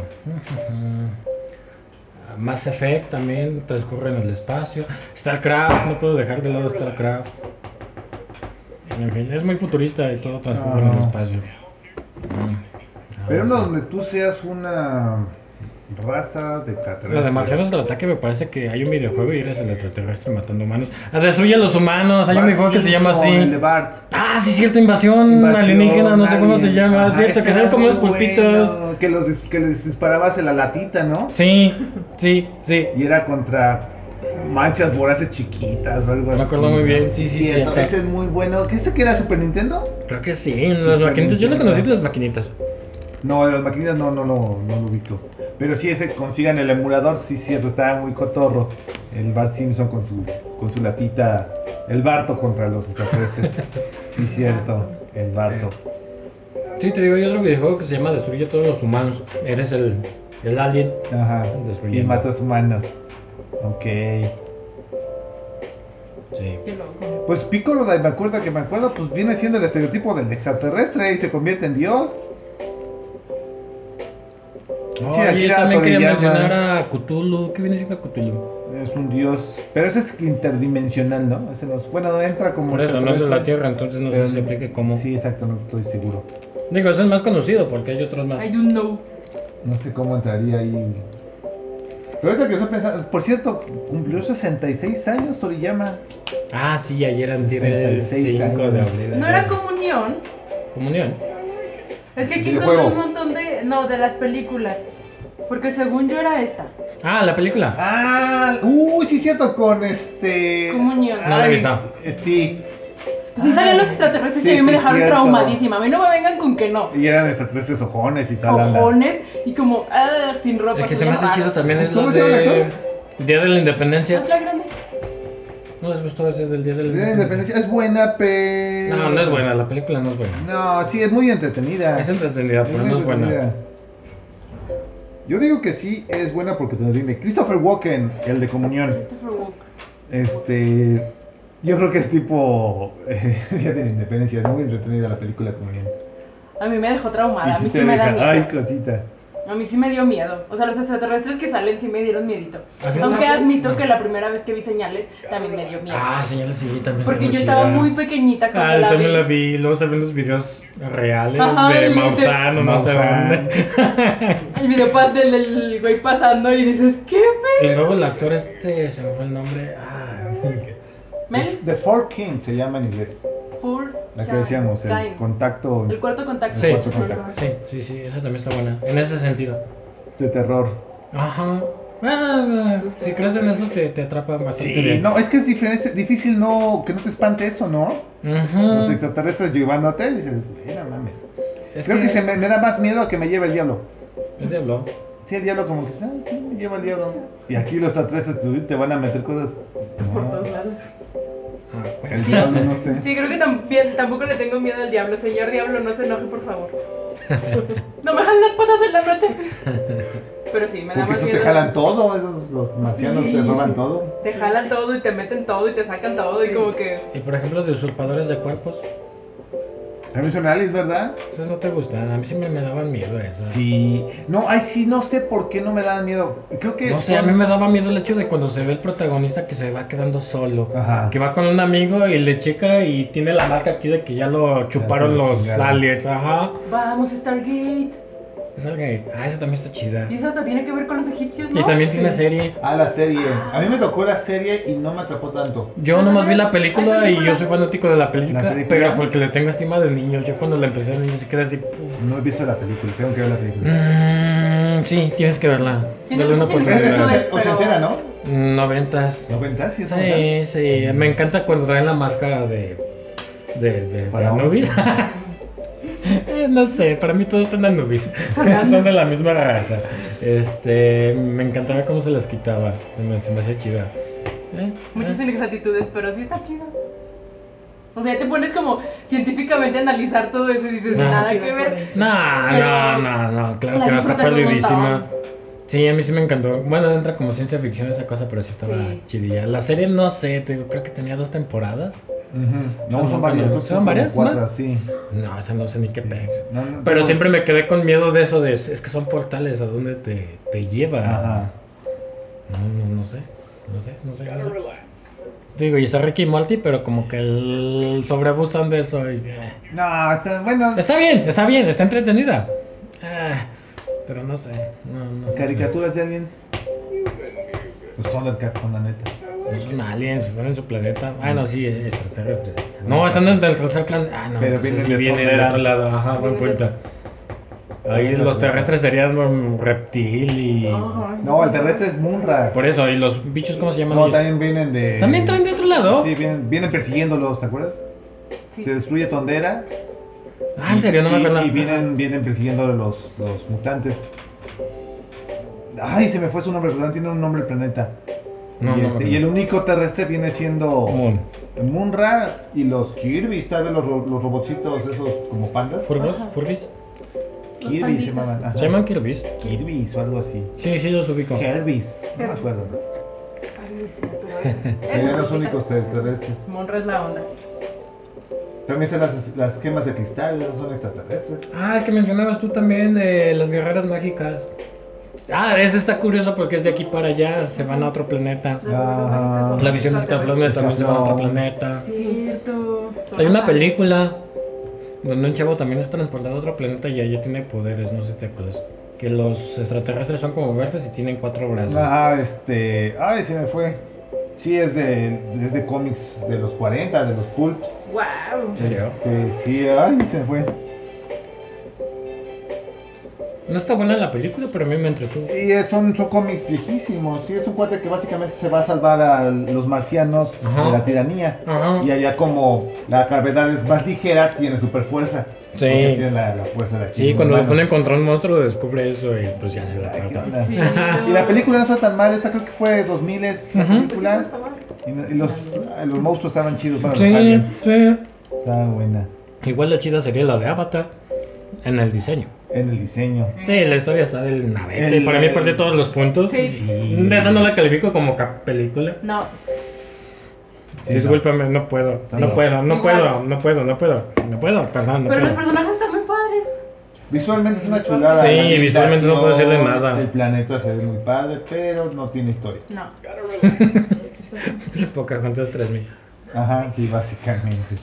Mass Effect también transcurre en el espacio. StarCraft, no puedo dejar de lado StarCraft. En fin, es muy futurista y todo transcurre en el Ajá. espacio. Mm, Pero ah, uno sí. donde tú seas una raza de extraterrestres. La de Marcianos del Ataque me parece que hay un videojuego y eres el extraterrestre matando humanos. Ah, destruye a los humanos. Hay un Bart videojuego que se llama Simpson, el de así. Bart. Ah, sí, cierto, invasión, Invasión alienígena, no sé cómo se alien. llama. Ajá, Cierto, ese que salen era como muy unos pulpitos. bueno, Que, los, dis- que les disparabas en la latita, ¿no? Sí, sí, sí. Y era contra manchas voraces chiquitas o algo Me así. acuerdo muy ¿no? bien, sí, sí, cierto. cierto. Ese es muy bueno. ¿Qué ese que era Super Nintendo? Creo que sí, en las Super maquinitas. Yo lo Nintendo. conocí de las maquinitas. No, de las maquinitas no, no, no, no lo ubico. Pero sí, ese consigan el emulador, sí, cierto, estaba muy cotorro. El Bart Simpson con su, con su latita. El Barto contra los extraterrestres. Sí, cierto, el Barto. Sí, te digo, hay otro videojuego que se llama Destruye a todos los humanos. Eres el, el alien. Ajá. Destruyendo. Y matas humanos. Ok. Sí. Qué loco. Pues Piccolo, me acuerdo que me acuerdo, pues viene siendo el estereotipo del extraterrestre y se convierte en Dios. Sí, Oye, Akira también quería Toriyama mencionar a Cthulhu. ¿Qué viene siendo Cthulhu? es un dios, pero ese es interdimensional, ¿no? Ese no es- bueno, entra como Por eso, no es de la extraterrestre, Tierra, entonces no sé pero si se aplique como... Sí, exacto, no estoy seguro. Digo, ese es más conocido porque hay otros más. I don't know. No sé cómo entraría ahí. Pero ahorita que estoy pensando, por cierto, cumplió sesenta y seis años Toriyama. Ah, sí, ayer antier sesenta y el seis cinco de años. abril. ¿No era comunión? Comunión. Es que aquí Videojuego. encontré un montón de... No, de las películas. Porque según yo era esta. Ah, la película. Ah, uy, sí, cierto, con este. Comunión. No la he Ay, visto. eh, Sí. Pues sí salían los extraterrestres y a mí me sí, dejaron cierto. traumadísima. A mí no me vengan con que no. Y eran extraterrestres ojones y tal. Cojones y como... Ah, sin ropa. El que se se me veían hace chido raros. también es ¿Cómo la se llama el de... actor? Día de la Independencia. Hazla grande. ¿No les gustó ese del Día de la De la Independencia? Independencia es buena, pero. No, no es buena, la película no es buena. No, sí, es muy entretenida. Es entretenida, pero muy no es buena. entretenida. Yo digo que sí es buena porque te entiende. Christopher Walken, el de Comunión. Christopher Walken. Este. Yo creo que es tipo. eh, Día de la Independencia. Es muy entretenida la película Comunión. A mí me dejó traumada. A Y mí sí sí te me da deja. miedo. Ay, cosita. A mí sí me dio miedo. O sea, los extraterrestres que salen sí me dieron miedito. ¿Había Aunque otra? admito No. que la primera vez que vi señales también me dio miedo. Ah, señales, sí, también Porque está yo muy estaba chida. muy pequeñita cuando Ah, la también vi. la vi. Luego se ven los videos reales Ajá, de el de- Maussan o no sé Maussan. dónde. El video pa- del, del güey pasando y dices, ¿qué Y pedo? luego el actor este, se me fue el nombre. Ah. Mel, The Four King se llama en inglés. Four, La que Kind, decíamos, el Kind. contacto El cuarto contacto. Sí, cuarto contacto. sí, sí, sí, esa también está buena. En ese sentido. de terror. Ajá. Ah, si crees en eso, te, te atrapa bastante Sí, bien. no, es que es diferente- difícil no que no te espante eso, ¿no? Ujú. Los extraterrestres llevándote y dices, güey, no mames. Es Creo que, se me, me da más miedo a que me lleve el diablo. El diablo. Sí, el diablo como que, ah, sí, me lleva el diablo. Y aquí los extraterrestres tú, te van a meter cosas. Por No, todos lados. Ah, bueno. el diablo, no sé. Sí, creo que también, tampoco le tengo miedo al diablo. Señor diablo, no se enoje, por favor. No me jalen las patas en la noche. Pero sí, me da Porque más esos miedo. te jalan todo, esos los marcianos Sí. te roban todo. Te jalan todo y te meten todo y te sacan todo y Sí. como que... Y por ejemplo, de usurpadores de cuerpos. A mí son aliens, ¿verdad? Esas no te gustan. A mí siempre me daban miedo esas. Sí. No, ay, sí, no sé por qué no me daban miedo. Creo que. No sé, a mí me daba miedo el hecho de cuando se ve el protagonista que se va quedando solo. Ajá. Que va con un amigo y le checa y tiene la marca aquí de que ya lo chuparon se lo los chingaron. aliens. Ajá. Vamos, Stargate. Es algo ahí. Ah, esa también está chida. Y eso hasta tiene que ver con los egipcios, ¿no? Y también Sí. tiene serie. Ah, la serie. A mí me tocó la serie y no me atrapó tanto. Yo Pero nomás vi también la hay película y película. yo soy fanático de la película, ¿La película? pero porque le tengo estima de niño. Yo cuando la empecé de niño se queda así. puf. No he visto la película, tengo que ver la película. Mm, sí, tienes que verla. Tiene Dale una muchas Es, es oportunidad. similitudes. ochen- ochentera, ¿no? Noventas. ¿Noventas? ¿Sí es Sí, noventas? sí. Me encanta cuando traen la máscara de. de. de, de Faraón. Anubis. Eh, no sé, para mí todos son Anubis. Son Son de la misma raza. Este. Me encantaba cómo se las quitaba. Se me, se me hacía chida. Eh, Muchas eh. inexactitudes, pero sí está chido. O sea, te pones como científicamente a analizar todo eso y dices, Ajá. nada que ver. No, Pero no, no, no, claro la que no, está disfrutas un perdidísima. montón. Sí, a mí sí me encantó. Bueno, entra como ciencia ficción esa cosa, pero sí estaba Sí. chidilla. La serie no sé, te digo, creo que tenía dos temporadas. Ujú. No, Son son nunca varias. me- creo que ¿son como varias Cuatro, más? sí. No, esa no sé ni qué Sí. pex. No, no, Pero digo- siempre me quedé con miedo de eso, de es que son portales, ¿a dónde te, te lleva? Ajá. No, no, no sé, no sé, no sé, no sé. Digo, y está Ricky y Morty, pero como que el sobreabusan de eso y... eh. No, está, bueno. Está bien, está bien, está entretenida. Ah, pero no sé, no, no, no sé. Caricaturas de aliens. Los Thundercats son la neta. No son aliens, están en su planeta. Ah, no, sí, extraterrestres. No, están en el tercer planeta. Ah, no, Pero entonces vienen sí de vienen de Tondera. otro lado. Ajá, buen Vienen de- punto. Ahí los terrestres serían un reptil y... Ajá. No, el terrestre es Munra. Por eso, ¿y los bichos cómo se llaman No, ellos? también vienen de. ¿También traen de otro lado? Sí, vienen, vienen persiguiéndolos, ¿te acuerdas? Sí. Se destruye Tondera. Ah, en serio, no me y, acuerdo. Y vienen, vienen persiguiendo los, los mutantes. Ay, se me fue su nombre, pero no tiene un nombre el planeta. No, y, no me este, acuerdo. y el único terrestre viene siendo Moon. Munra y los Kirby, ¿sabes? Los, ro- los robotcitos esos como pandas. ¿Furgos? Ajá. ¿Furbies? Los Kirby se panditas. llaman. ajá. ¿Se llaman Kirby's? Kirby's o algo así. Sí, sí, los ubico. Herbis, no me Herbis. acuerdo. Ay, sí, pero esos- Serían esas los cositas. únicos ter- terrestres. Monra es la onda. También están las, las gemas de cristal, esas son extraterrestres. Ah, el que mencionabas tú también de las guerreras mágicas. Ah, ese está curioso porque es de aquí para allá, se van a otro planeta. Las Ah, mágicas son La visión de Scaflón extraterrestres. también se va a otro Scaflón. planeta. Cierto. Son Hay una los aliens. película donde un chavo también es transportado a otro planeta y allá tiene poderes, no sé si te acuerdas. Que los extraterrestres son como verdes y tienen cuatro brazos. Ajá, este. Ay, se me fue. Sí, es de, es de cómics de los cuarenta, de los pulps. Wow. ¿En serio? Este, sí, ay, se me fue. No está buena la película, pero a mí me entretuvo. Y es- son, son cómics viejísimos. Sí, es un cuate que básicamente se va a salvar a los marcianos Ajá. de la tiranía. Ajá. Y allá, como la gravedad es más ligera, tiene super fuerza. Sí. Porque tiene la, la fuerza de aquí. Sí, un cuando le humano. ponen contra un monstruo descubre eso y pues ya se da Ay, ¿qué cuenta. onda? Sí, Y la película no está tan mal, esa creo que fue dos mil es la Ujú. película. Pues sí, pues, estaba- Y, no- y los, los monstruos estaban chidos, bueno, Sí, los aliens. sí. Estaba buena. Igual la chida sería la de Avatar en el diseño. En el diseño. Sí, la historia está del navete. El- Para mí perdió todos los puntos. Sí. Sí. Esa no la califico como cap- película. No. Sí, Discúlpame, no, puedo. Sí. No puedo, no Igual. puedo, no puedo, no puedo. No puedo, perdón, no Pero los puedo. personajes están muy padres. Visualmente es una chulada. Sí, la visualmente no puedo decirle ambientación, nada. El planeta se ve muy padre, pero no tiene historia. No. Pocahontas tres mil. Ajá, sí, básicamente.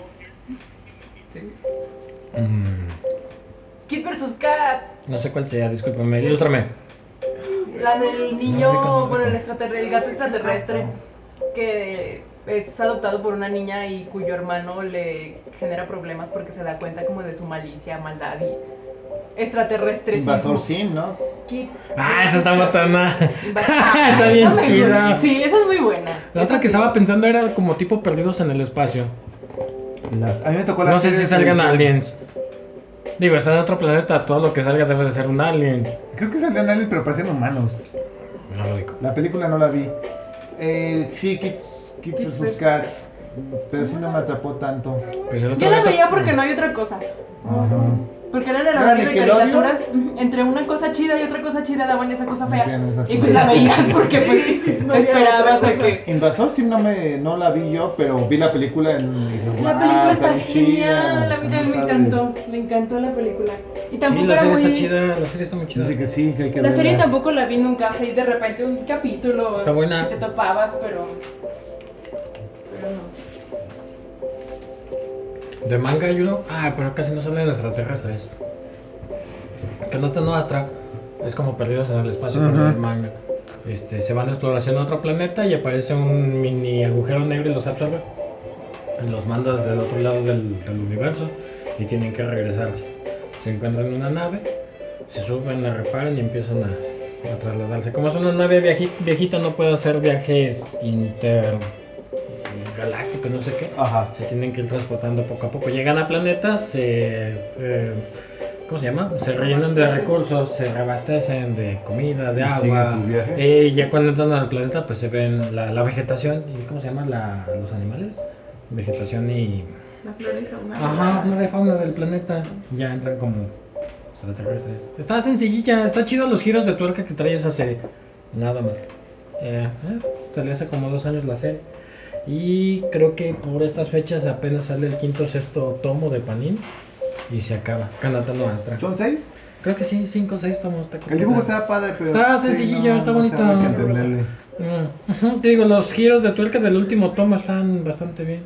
Mm, Kid versus Kat. no sé cuál sea, discúlpame, ilústrame. La del No, niño, rico, no, bueno, el, rico. extraterrestre, el gato extraterrestre que es adoptado por una niña y cuyo hermano le genera problemas porque se da cuenta como de su malicia, maldad y extraterrestresismo. Invasor Sim, ¿no? Kid. Ah, esa está matana. Invasor- Está Esa bien me chida. gusta. Sí, esa es muy buena. La otra Esa que sí. estaba pensando era como tipo perdidos en el espacio. Las- a mí me tocó la No sé serie si de salgan televisión. aliens. Digo, está en otro planeta, todo lo que salga debe de ser un alien. Creo que salían aliens, pero parecían humanos. No lo digo. La película no la vi. Eh, sí, Kids, Kids Kids versus versus- Cats. Pero sí no me atrapó tanto. Pues el otro Yo la gato- veía porque no hay otra cosa. Ajá. Porque era el ¿Era horario de Nickelodeon? caricaturas, ujú, entre una cosa chida y otra cosa chida daban esa cosa fea. Entiendo, esa Y cosa. pues la veías porque pues No había esperabas otra a cosa. que... Invasor sí no me no la vi yo, pero vi la película en y dices, La "Wow, película está bien genial, chida, a mí está también muy me padre". encantó, me encantó la película. Y Sí, tampoco la era serie muy... está chida, la serie está muy chida. Dice que sí, que hay que La serie verla. tampoco la vi nunca, o sea, y de repente un capítulo Está buena. que te topabas, pero... Pero no. De manga hay uno. Ah, pero casi no salen extraterrestres. Que no te nuestra. Es como perdidos en el espacio, pero Ujú. el manga. Este, se van de exploración a otro planeta y aparece un mini agujero negro y los absorbe. Y los manda desde el otro lado del, del universo. Y tienen que regresarse. Se encuentran en una nave. Se suben, la reparan y empiezan a, a trasladarse. Como es una nave viaji- viejita, no puede hacer viajes intergalácticos, no sé qué. Ajá. Se tienen que ir transportando poco a poco. Llegan a planetas, se, eh, ¿cómo se llama? Se rellenan de recursos, se reabastecen de comida, de Y agua. siguen su viaje. Eh, y ya cuando entran al planeta, pues se ven la, la vegetación. ¿Y cómo se llama? La, los animales. Vegetación y... La flora y fauna. Ajá, flora y fauna del planeta. Ya entran como extraterrestres. Está sencillilla, está chido los giros de tuerca que trae esa serie. Nada más. Eh, eh, salió hace como dos años la serie. Y creo que por estas fechas apenas sale el quinto o sexto tomo de Panini. Y se acaba. Kanata no Astra. ¿Son seis? Creo que sí, cinco o seis tomos. Está El dibujo cortita. estaba padre, pero Está sí, sencillo, no, está no bonito. sabe qué entenderle. Mm, ujú, te digo, los giros de tuerca del último tomo están bastante bien.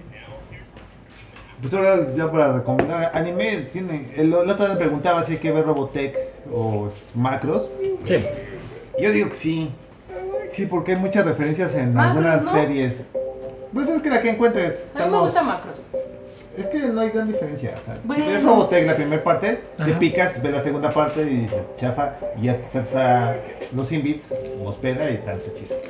Pues ahora ya para recomendar anime, tiene, el, la otra vez me preguntaba si hay que ver Robotech o s- Macros. Sí. Yo digo que sí. Sí, porque hay muchas referencias en Macros, algunas ¿no? series. Pues es que la que encuentres. A mí me estamos- gusta Macros. Es que no hay gran diferencia. O sea, Bueno. Si ves Robotech la primera parte, te Ajá. picas, ves la segunda parte y dices chafa. Y ya te estás a los Inbits, los peda y tal, se chiste.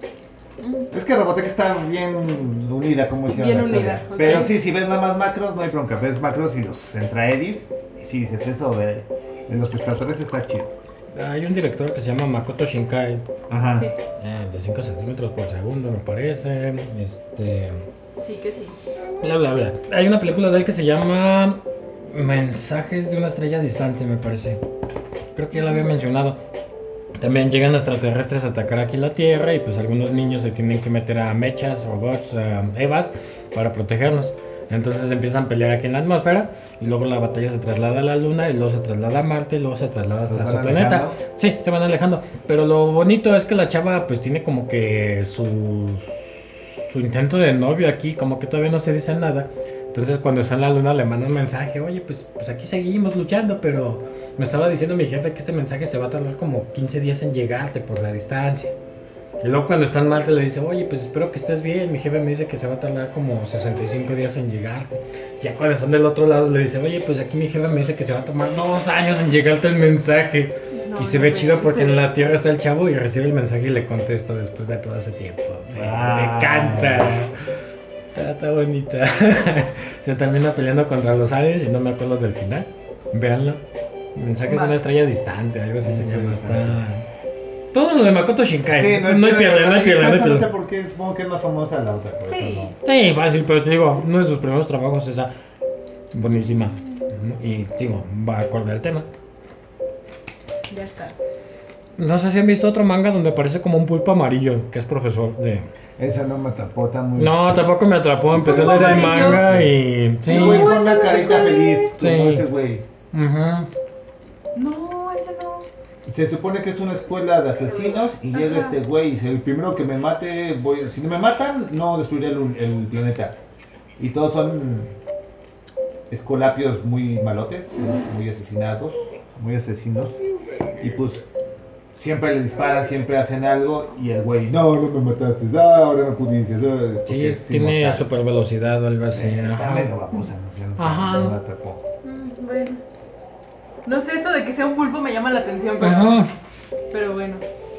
Mm. Es que Robotech está bien unida, como hicieron Bien la historia. unida, ok. Pero sí, si ves nada más macros, no hay bronca. Ves macros y los entraedis. Y si dices eso de, de los extraterrestres, está chido. Hay un director que se llama Makoto Shinkai. Ajá. Sí, eh, de cinco centímetros por segundo, me parece. Este. sí que sí. Bla, bla, bla. Hay una película de él que se llama Mensajes de una estrella distante, me parece. Creo que ya la había mencionado. También llegan extraterrestres a atacar aquí la Tierra y pues algunos niños se tienen que meter a mechas, robots, a Evas para protegerlos. Entonces empiezan a pelear aquí en la atmósfera y luego la batalla se traslada a la Luna y luego se traslada a Marte y luego se traslada hasta ¿Los su van planeta. alejando? Sí, se van alejando. Pero lo bonito es que la chava pues tiene como que su, su intento de novio aquí, como que todavía no se dice nada. Entonces cuando está en la luna le manda un mensaje, oye, pues, pues aquí seguimos luchando, pero me estaba diciendo mi jefe que este mensaje se va a tardar como quince días en llegarte por la distancia. Y luego cuando está en Marte le dice, oye, pues espero que estés bien. Mi jefe me dice que se va a tardar como sesenta y cinco días en llegarte. Ya cuando están del otro lado le dice, oye, pues aquí mi jefe me dice que se va a tomar dos años en llegarte el mensaje. No, y se no ve chido porque en inventes. la Tierra está el chavo y recibe el mensaje y le contesta después de todo ese tiempo. Me, Ah. me encanta. Está, está bonita. Se termina peleando contra los aliens y no me acuerdo del final. Véanlo. Mensajes de Va. una estrella distante, algo así se Estrella llama. distante. Está... Todo lo de Makoto Shinkai. Sí, no, hay pierde, no hay y pierde, por no hay eso no sé pierde. por qué, supongo que es más famosa la otra. Por Sí. eso no. Sí, fácil, pero te digo, uno de sus primeros trabajos esa buenísima. Y digo, va acorde al tema. Ya estás. No sé si han visto otro manga donde aparece como un pulpo amarillo, que es profesor de... Esa no me atrapó, está muy. No, tampoco me atrapó, empecé a leer el amarillo? manga y... Sí. Un güey con ese una no sé carita cuál feliz, es. como Sí. ese güey. Ujú. No, ese no. Se supone que es una escuela de asesinos y llega Ajá. este güey y dice, el primero que me mate, voy, si no me matan, no destruiré el, el planeta. Y todos son escolapios muy malotes, muy asesinados, muy asesinos. Y pues siempre le disparan, siempre hacen algo y el güey, no, no me mataste, ah, ahora no pudiste. ah, porque Sí, es tiene inmortal. super velocidad o algo así. Eh, Está medio Ajá. babosa, no sé, no, Ajá. no me atrapó. Mm, bueno. No sé, eso de que sea un pulpo me llama la atención, pero, Ajá. pero bueno.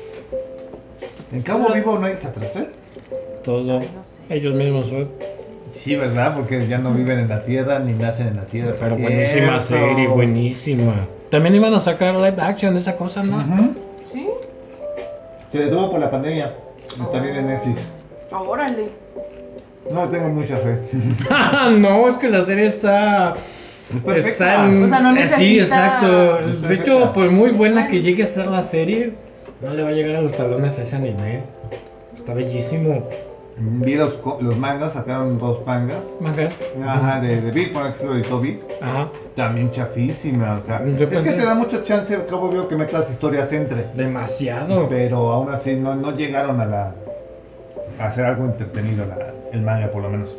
¿En Cabo Los- Vivo no hay extraterrestres? Todo. Ay, no sé. Ellos mismos son. Sí, ¿verdad? Porque ya no viven en la Tierra ni nacen en la Tierra. Pero sí, buenísima cierto. serie, buenísima. También iban a sacar live action esa cosa, ¿no? Ujú. ¿Sí? Se detuvo por la pandemia. Y también en Netflix. Ah, órale. No tengo mucha fe. no, es que la serie está Es perfecta. Está en- O sea, no eh, Sí, necesita- exacto. Es De hecho, perfecta. por muy buena Bueno. que llegue a ser la serie, no le va a llegar a los talones a ese anime. Está bellísimo. Vi los, co- los mangas, sacaron dos mangas. Manga. Ajá, de, de Beat, por que se lo editó Beat. Ajá. También chafísima, o sea, Yo es que pensé- te da mucho chance, como veo que metas historias entre, Demasiado. pero aún así no, no llegaron a la a hacer algo entretenido la- el manga por lo menos.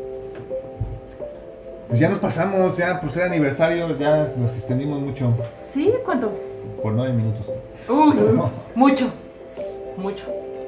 Pues ya nos pasamos, ya por ser aniversario, ya nos extendimos mucho, ¿Sí? ¿Cuánto? por nueve minutos. Uy, mucho. Mucho.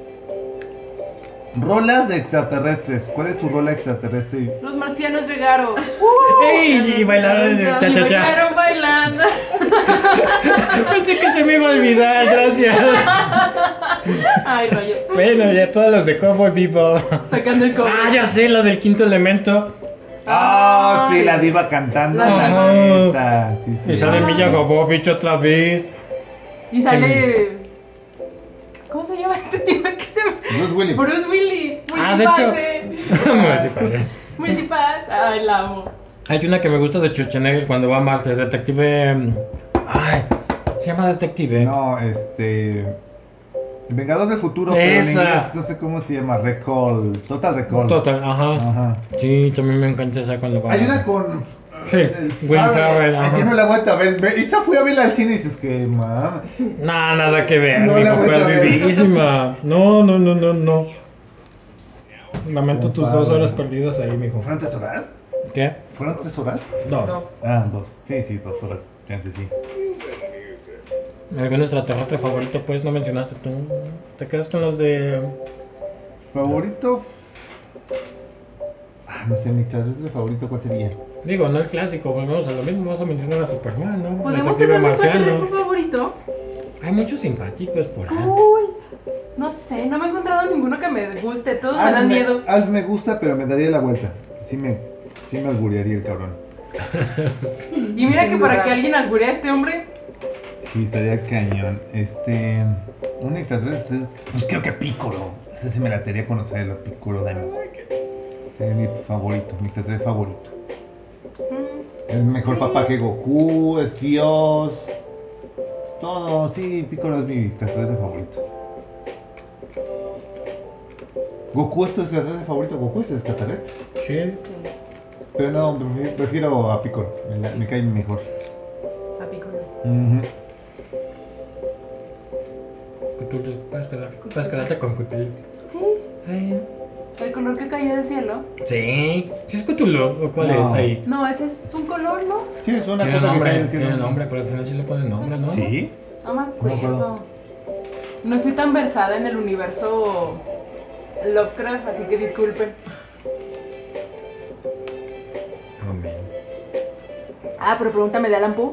Rolas de extraterrestres, ¿cuál es tu rola extraterrestre? Los marcianos llegaron. ¡Ey! Y bailaron de Y cha-cha-cha. bailaron bailando. Pensé que se me iba a olvidar, gracias. Ay, rollo. Bueno, ya todas las de Cowboy Bebop. Sacando el cobre. Ah, ya sé, la del quinto elemento. Ah, sí, Ay. la diva cantando, La la diva. neta. Sí, sí. Y sale Ay. Milla Jovovich otra vez. Y sale. ¿Cómo se llama este tipo? Es que se me. Bruce Willis. Bruce Willis. Ah, de hecho. Multipase. Multipase. Multipass. Ay, la amo. Hay una que me gusta de Schwarzenegger cuando va a Marte, detective. mm, Ay, se llama detective. No, este. El Vengador del Futuro, pero en Esa. inglés no sé cómo se llama. Recall. Total Recall. Total, ajá. Ajá. Sí, también me encanta esa cuando va a Hay una Marte. con. Sí, el Will Ferrell, ajá. Ay, yo no la he vuelto a ver. Ve- Esa fui a verla al cine y dices que, mam. No, nada que ver, No mi la he papá vuelto a ver. vivísima. No, no, no, no, no. Lamento tus Compadre. dos horas perdidas ahí, mijo. ¿Fueron tres horas? ¿Qué? ¿Fueron tres horas? Dos. Dos. Ah, dos. Sí, sí, dos horas. Chance, sí. ¿Algún extraterrestre favorito? Pues no mencionaste tú. ¿Te quedas con los de. ¿Favorito? Ah, no sé, mi extraterrestre favorito, ¿cuál sería? Digo, no el clásico, volvemos a lo mismo. Vas a mencionar a Superman, ¿no? ¿Podemos Detective tener un marciano. extraterrestre favorito? Hay muchos simpáticos por ahí. Uy. No sé, no me he encontrado ninguno que me guste. Todos me Alf dan miedo. Alf me gusta, pero me daría la vuelta. Sí me, sí me alburearía el cabrón. Y mira que para que alguien alburee a este hombre. Sí, estaría cañón. Este. Un extraterrestre. Pues creo que Piccolo. Ese sí me la tendría conocerlo, Piccolo Daimon. Sería mi favorito, mi extraterrestre favorito. mm, Es mejor Sí. papá que Goku, es Dios. Es todo. Sí, Piccolo es mi extraterrestre favorito. ¿Goku es tu extraterrestre favorito? ¿Goku es extraterrestre? Sí. Sí, Pero no, prefiero, prefiero a Piccolo. Me, la- me cae mejor. a Piccolo. Ujú. Cthulhu. Puedes, quedar- puedes quedarte con Cthulhu. Sí, Eh, el color que cayó del cielo. Sí. ¿Sí es Cthulhu? ¿O cuál No. es ahí? No, ese es un color, ¿no? Sí, es una Tiene cosa que nombre, cae del cielo. tiene nombre, pero al final sí le ponen nombre, ¿no? ¿Sí? No me No me acuerdo. acuerdo. No estoy tan versada en el universo Lovecraft, así que disculpen. Amén. Ah, pero pregúntame de Alan Poe.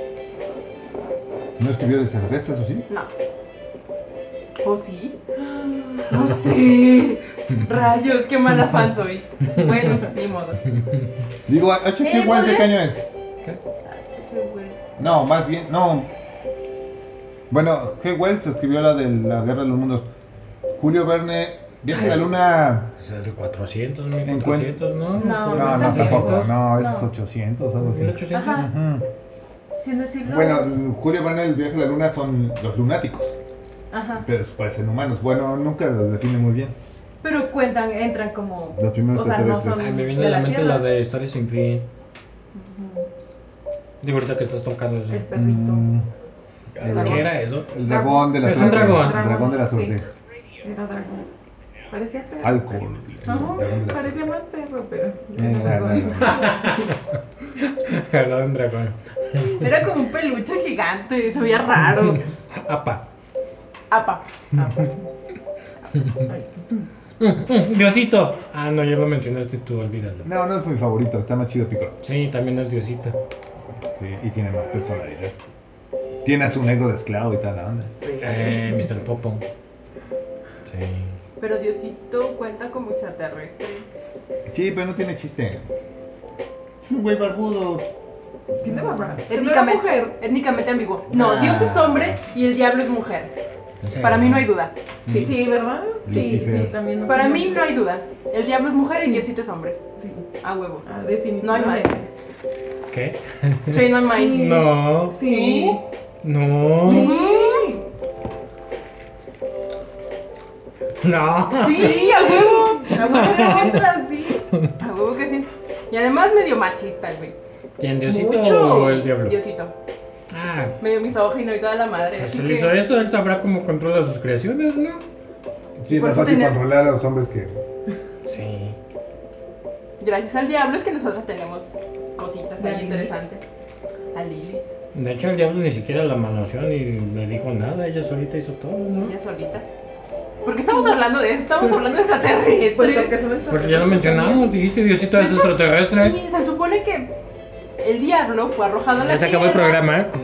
¿No escribió de extraterrestres o sí? No. ¿O sí? No sé. Rayos, qué mala fan soy. Bueno, ni modo. Digo, H G Eh, Wells de ¿podrías? qué año es? ¿Qué? No, más bien, no. Bueno, G. Wells escribió la de la Guerra de los Mundos. Julio Verne, Viaje a la Ay, Luna. Pues es de cuatrocientos, mil cuatrocientos, ¿no? No, ¿O No, es no, tan tampoco. viejo. No, es No. ochocientos, algo así. mil ochocientos. Ajá. Ujú. Sí, en el siglo. Bueno, Julio Verne, el viaje a la luna son los lunáticos, Ajá. pero parecen humanos. Bueno, nunca los define muy bien. Pero cuentan, entran como. Los primeros O sea, no extraterrestres. son. Ay, me viene de a la mente Tierra. la de Historia sin fin. Ujú. Digo, ahorita que estás tocando eso. El perrito. Mm, El ¿Qué era eso? el dragón de la Es un suerte. dragón. El dragón de la Sí. suerte. Era dragón. Parecía perro. Alcohol. el Ajá, dragón de la parecía suerte. más perro, pero. Eh, era no, dragón. no, no. Perdón, dragón. Era como un peluche gigante, se veía raro. Apa. Apa. Apa. Mm, mm, Diosito. Ah, no, ya lo mencionaste tú, olvídalo. No, no es mi favorito, está más chido Piccolo. Sí, también es Diosito. Sí, y tiene más personalidad. Tiene a su negro de esclavo y tal, la onda. Eh, mister Popo. Sí. Pero Diosito cuenta como extraterrestre. Sí, pero no tiene chiste. Es un güey barbudo. Tiene barba. Pero era Étnicamente, mujer. étnicamente ambiguo. No, Ah. Dios es hombre y el diablo es mujer. ¿En serio? Para mí no hay duda. Sí, sí, ¿verdad? Sí, Lucifer. sí, también. Para opino mí que- no hay duda. El diablo es mujer y Sí. Diosito es hombre. Sí. A huevo. Ah, definitivamente. No hay más. ¿Qué? Train my mind. Sí. No. Sí. No. Sí. No. Sí, a huevo. A huevo que sí. Otra, sí. A huevo que sí. Y además medio machista, güey. ¿Quién, Diosito Mucho. o el diablo? Diosito. Ah, Medio misógino y toda la madre. pues Así él que... hizo eso, él sabrá cómo controla sus creaciones, ¿no? Sí, es Por más eso fácil tener- controlar a los hombres que. Sí. Gracias al diablo es que nosotras tenemos cositas Y a ahí Lilith. interesantes. A Lilith. De hecho, el diablo ni siquiera la manoseó ni le dijo nada, ella solita hizo todo, ¿no? Ella solita. ¿Por qué estamos hablando de eso? Estamos hablando de Pues extraterrestres. porque son Porque ya lo extraterrestres mencionamos, también. dijiste Diosito De es hecho, extraterrestre. Sí, se supone que el diablo fue arrojado a la Ya se acabó tierra. el programa, ¿eh?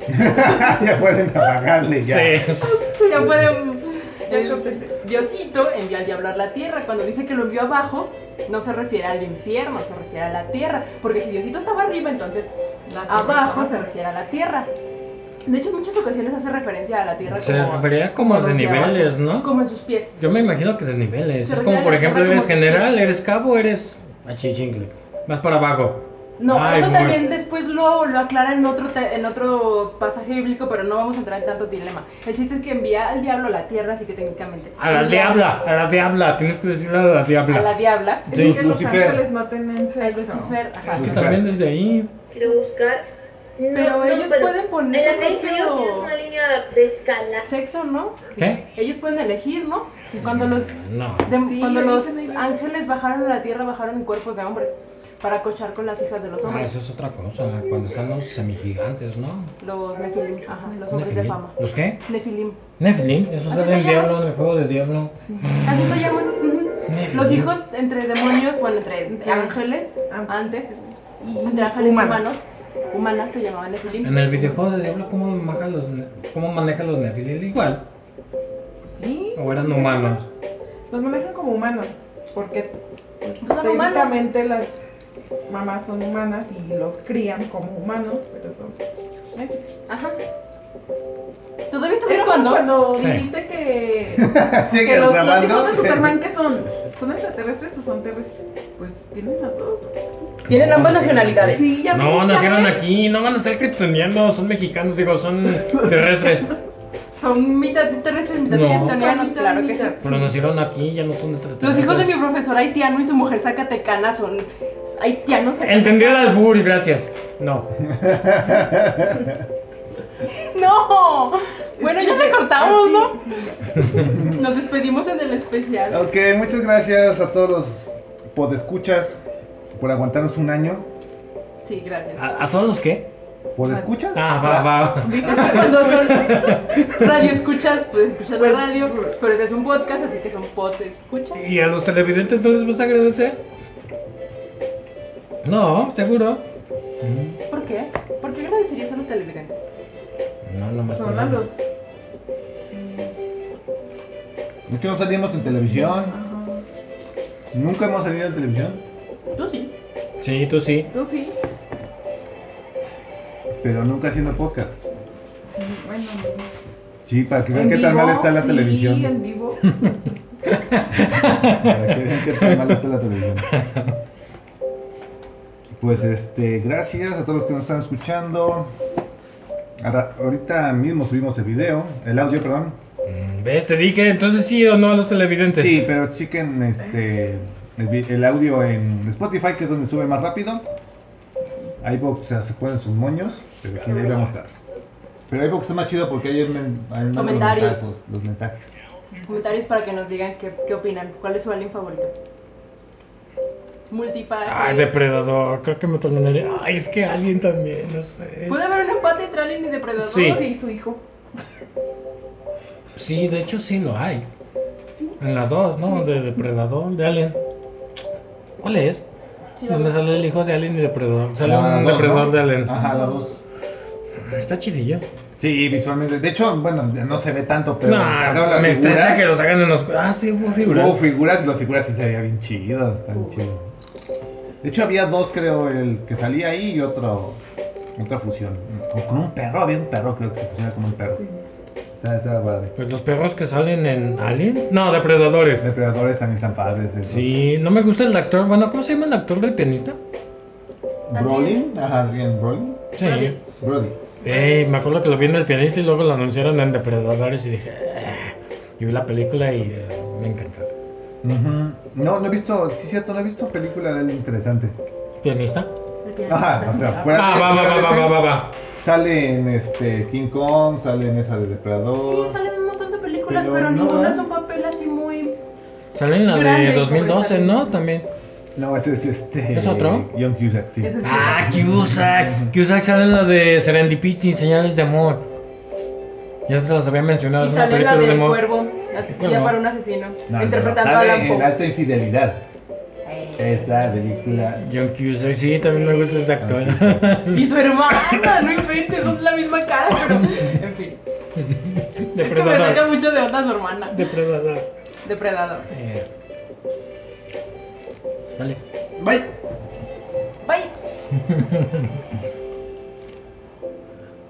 Ya pueden apagarle ya. Sí. Ya pueden. Ya El córtenle. Diosito envió al diablo a la tierra. Cuando dice que lo envió abajo, no se refiere al infierno, se refiere a la tierra. Porque si Diosito estaba arriba, entonces La tierra abajo está se refiere a la tierra. De hecho, en muchas ocasiones hace referencia a la tierra Se como. refería como a de los niveles, abajo, ¿no? Como en sus pies. Yo me imagino que de niveles. Se Es refiere como, a por la ejemplo, tierra eres como sus general, pies. eres cabo, eres achichincle. Vas para abajo. No, Ay, eso mujer. también después lo, lo aclara en otro, te- en otro pasaje bíblico, pero no vamos a entrar en tanto dilema. El chiste es que envía al diablo a la tierra, así que técnicamente. A la el diablo- diabla, a la diabla. Tienes que decirle a la diabla. A la diabla. Es Sí. que los Lucifer. ángeles no tienen Al sexo. Lucifer, ajá. Pues Lucifer. también desde ahí. Quiero buscar. No, Pero no, ellos bueno, pueden poner en su el medio inferior propio- tienes una línea de escala. Sexo, ¿no? ¿Qué? Ellos pueden elegir, ¿no? Cuando los, No. de- Sí, cuando los eligen ellos. ángeles bajaron a la tierra, bajaron en cuerpos de hombres para cochar con las hijas de los Ah, hombres. eso es otra cosa. Cuando están los semigigantes, ¿no? Los nefilim, ajá, los hombres de Nefilim. fama. ¿Los qué? Nefilim. Nephilim. Eso Así sale se en llaman. Diablo, en el juego de Diablo. Sí. Así se llaman. ujú. Nefilim. Los hijos entre demonios, bueno, entre Entre ángeles, ángeles. antes, Y entre ángeles humanas. y humanos, humanas se llamaban Nefilim. En el videojuego de Diablo, ¿cómo maneja los, ne- cómo maneja los Nephilim? Igual. Sí. ¿O eran humanos? Los manejan como humanos. Porque pues, Pues son humanos. técnicamente las mamás son humanas y los crían como humanos, pero son. ¿eh? Ajá. ¿Todavía estás Es como actuando? cuando Sí. dijiste que, Sigue que los, los grabando. hijos de Superman que son, ¿son extraterrestres o son terrestres? Pues tienen las dos. Tienen No, ambas nacieron nacionalidades. aquí. Sí, ya No, vi, ya nacieron ves. aquí, no van a ser kryptonianos, son mexicanos, digo, son terrestres. Son mitad terrestres, mitad No. kryptonianos, Son mitad claro y que sí. mitad. Pero nacieron aquí, ya no son extraterrestres. Los hijos de mi profesor haitiano y su mujer zacatecana son haitianos zacatecanos. Entendió el albur, gracias. No. ¡No! Bueno, ya que- la cortamos, sí, ¿no? sí, ya. Nos despedimos en el especial. Ok, muchas gracias a todos los podescuchas por aguantarnos un año. Sí, gracias. ¿A, a todos los qué? ¿Podescuchas? Ah, va, va. ¿Viste? Es que cuando son radio escuchas, pues escuchas Pues, la radio, pero este es un podcast, así que son pod escuchas. ¿Y a los televidentes no les vas a agradecer? No, seguro. ¿Por qué? ¿Por qué agradecerías a los televidentes? No, no más. Son a los. Es que no salimos en televisión. Ajá. Nunca hemos salido en televisión. Tú sí. Sí, tú sí. Tú sí. Pero nunca haciendo podcast. Sí, bueno. Sí, para que vean En qué tan vivo, mal está la sí, televisión. en vivo. Para que vean qué tan mal está la televisión. Pues este, gracias a todos los que nos están escuchando. Ahora, ahorita mismo subimos el video, el audio, perdón. Mm, ¿Ves? Te dije, entonces sí o no a los televidentes. Sí, pero chequen este, el, vi- el audio en Spotify, que es donde sube más rápido. iVoox, o sea, se ponen sus moños, pero sí, ahí vamos a estar. Pero iVoox está más chido porque ahí, men- ahí mandan los Comentarios. mensajes, los mensajes. Comentarios para que nos digan qué, qué opinan. ¿Cuál es su alien favorito? Multipase. Ay, depredador, creo que me terminaría. Ay, es que alguien también, no sé. ¿Puede haber un empate entre alien y depredador? Sí. Sí, su hijo. Sí, de hecho sí lo hay. En la dos, ¿no? De depredador, de alien. ¿Cuál es? Sí, la Donde dos. sale el hijo de alien y depredador. Sale La un dos, depredador ¿no? de alien. Ajá, la dos. Está chidillo. Sí, visualmente. De hecho, bueno, no se ve tanto, pero sacaron No, las me estresa figuras. que los hagan en oscuro. Ah, sí, hubo figuras. Hubo figuras y las figuras sí se veía bien chido, tan chido. De hecho, había dos, creo, el que salía ahí y otro, otra fusión. Como con un perro, había un perro, creo que se fusiona con un perro. Sí. Está, está padre. Pues los perros que salen en Aliens. No, Depredadores. Depredadores también están padres. Esos. Sí, no me gusta el actor. Bueno, ¿cómo se llama el actor del pianista? Brolin, ajá, bien, Brolin. Sí. Brody. Brody. Ey, me acuerdo que lo vi en el pianista y luego lo anunciaron en Depredadores y dije. "Ah". Y vi la película y eh, me encantó. Ujú. No, no he visto, sí, cierto, no he visto película de él interesante. ¿Pianista? El pianista. Ajá, o sea, fuera Ah, de, va, va, fuera va, de va, ese, va, va, va. sale en este King Kong, sale en esa de Depredador. Sí, salen un montón de películas, Pero pero, no, ninguna ¿verdad? es un papel así muy... Sale en la Grande de y dos mil doce, sobresaliente. ¿no? También. No, ese es este. ¿Es otro? John Cusack, sí. Ese es Ah, Cusack. Cusack. Cusack sale en la de Serendipity, Señales de Amor. Ya se las había mencionado. Y Es una sale la película de del amor. cuervo, ¿Cuál ya no? para un asesino, No, no, interpretando no, a sale Alan en Poe. Alta Infidelidad. Eh. Esa película. John Cusack, sí, también me Sí. gusta ese actor. John Cusack. Y su hermana, no inventes, son la misma cara, pero en fin. Es que me Depredador. saca mucho de onda su hermana. Depredador. Depredador. Eh. Dale. Bye. Bye.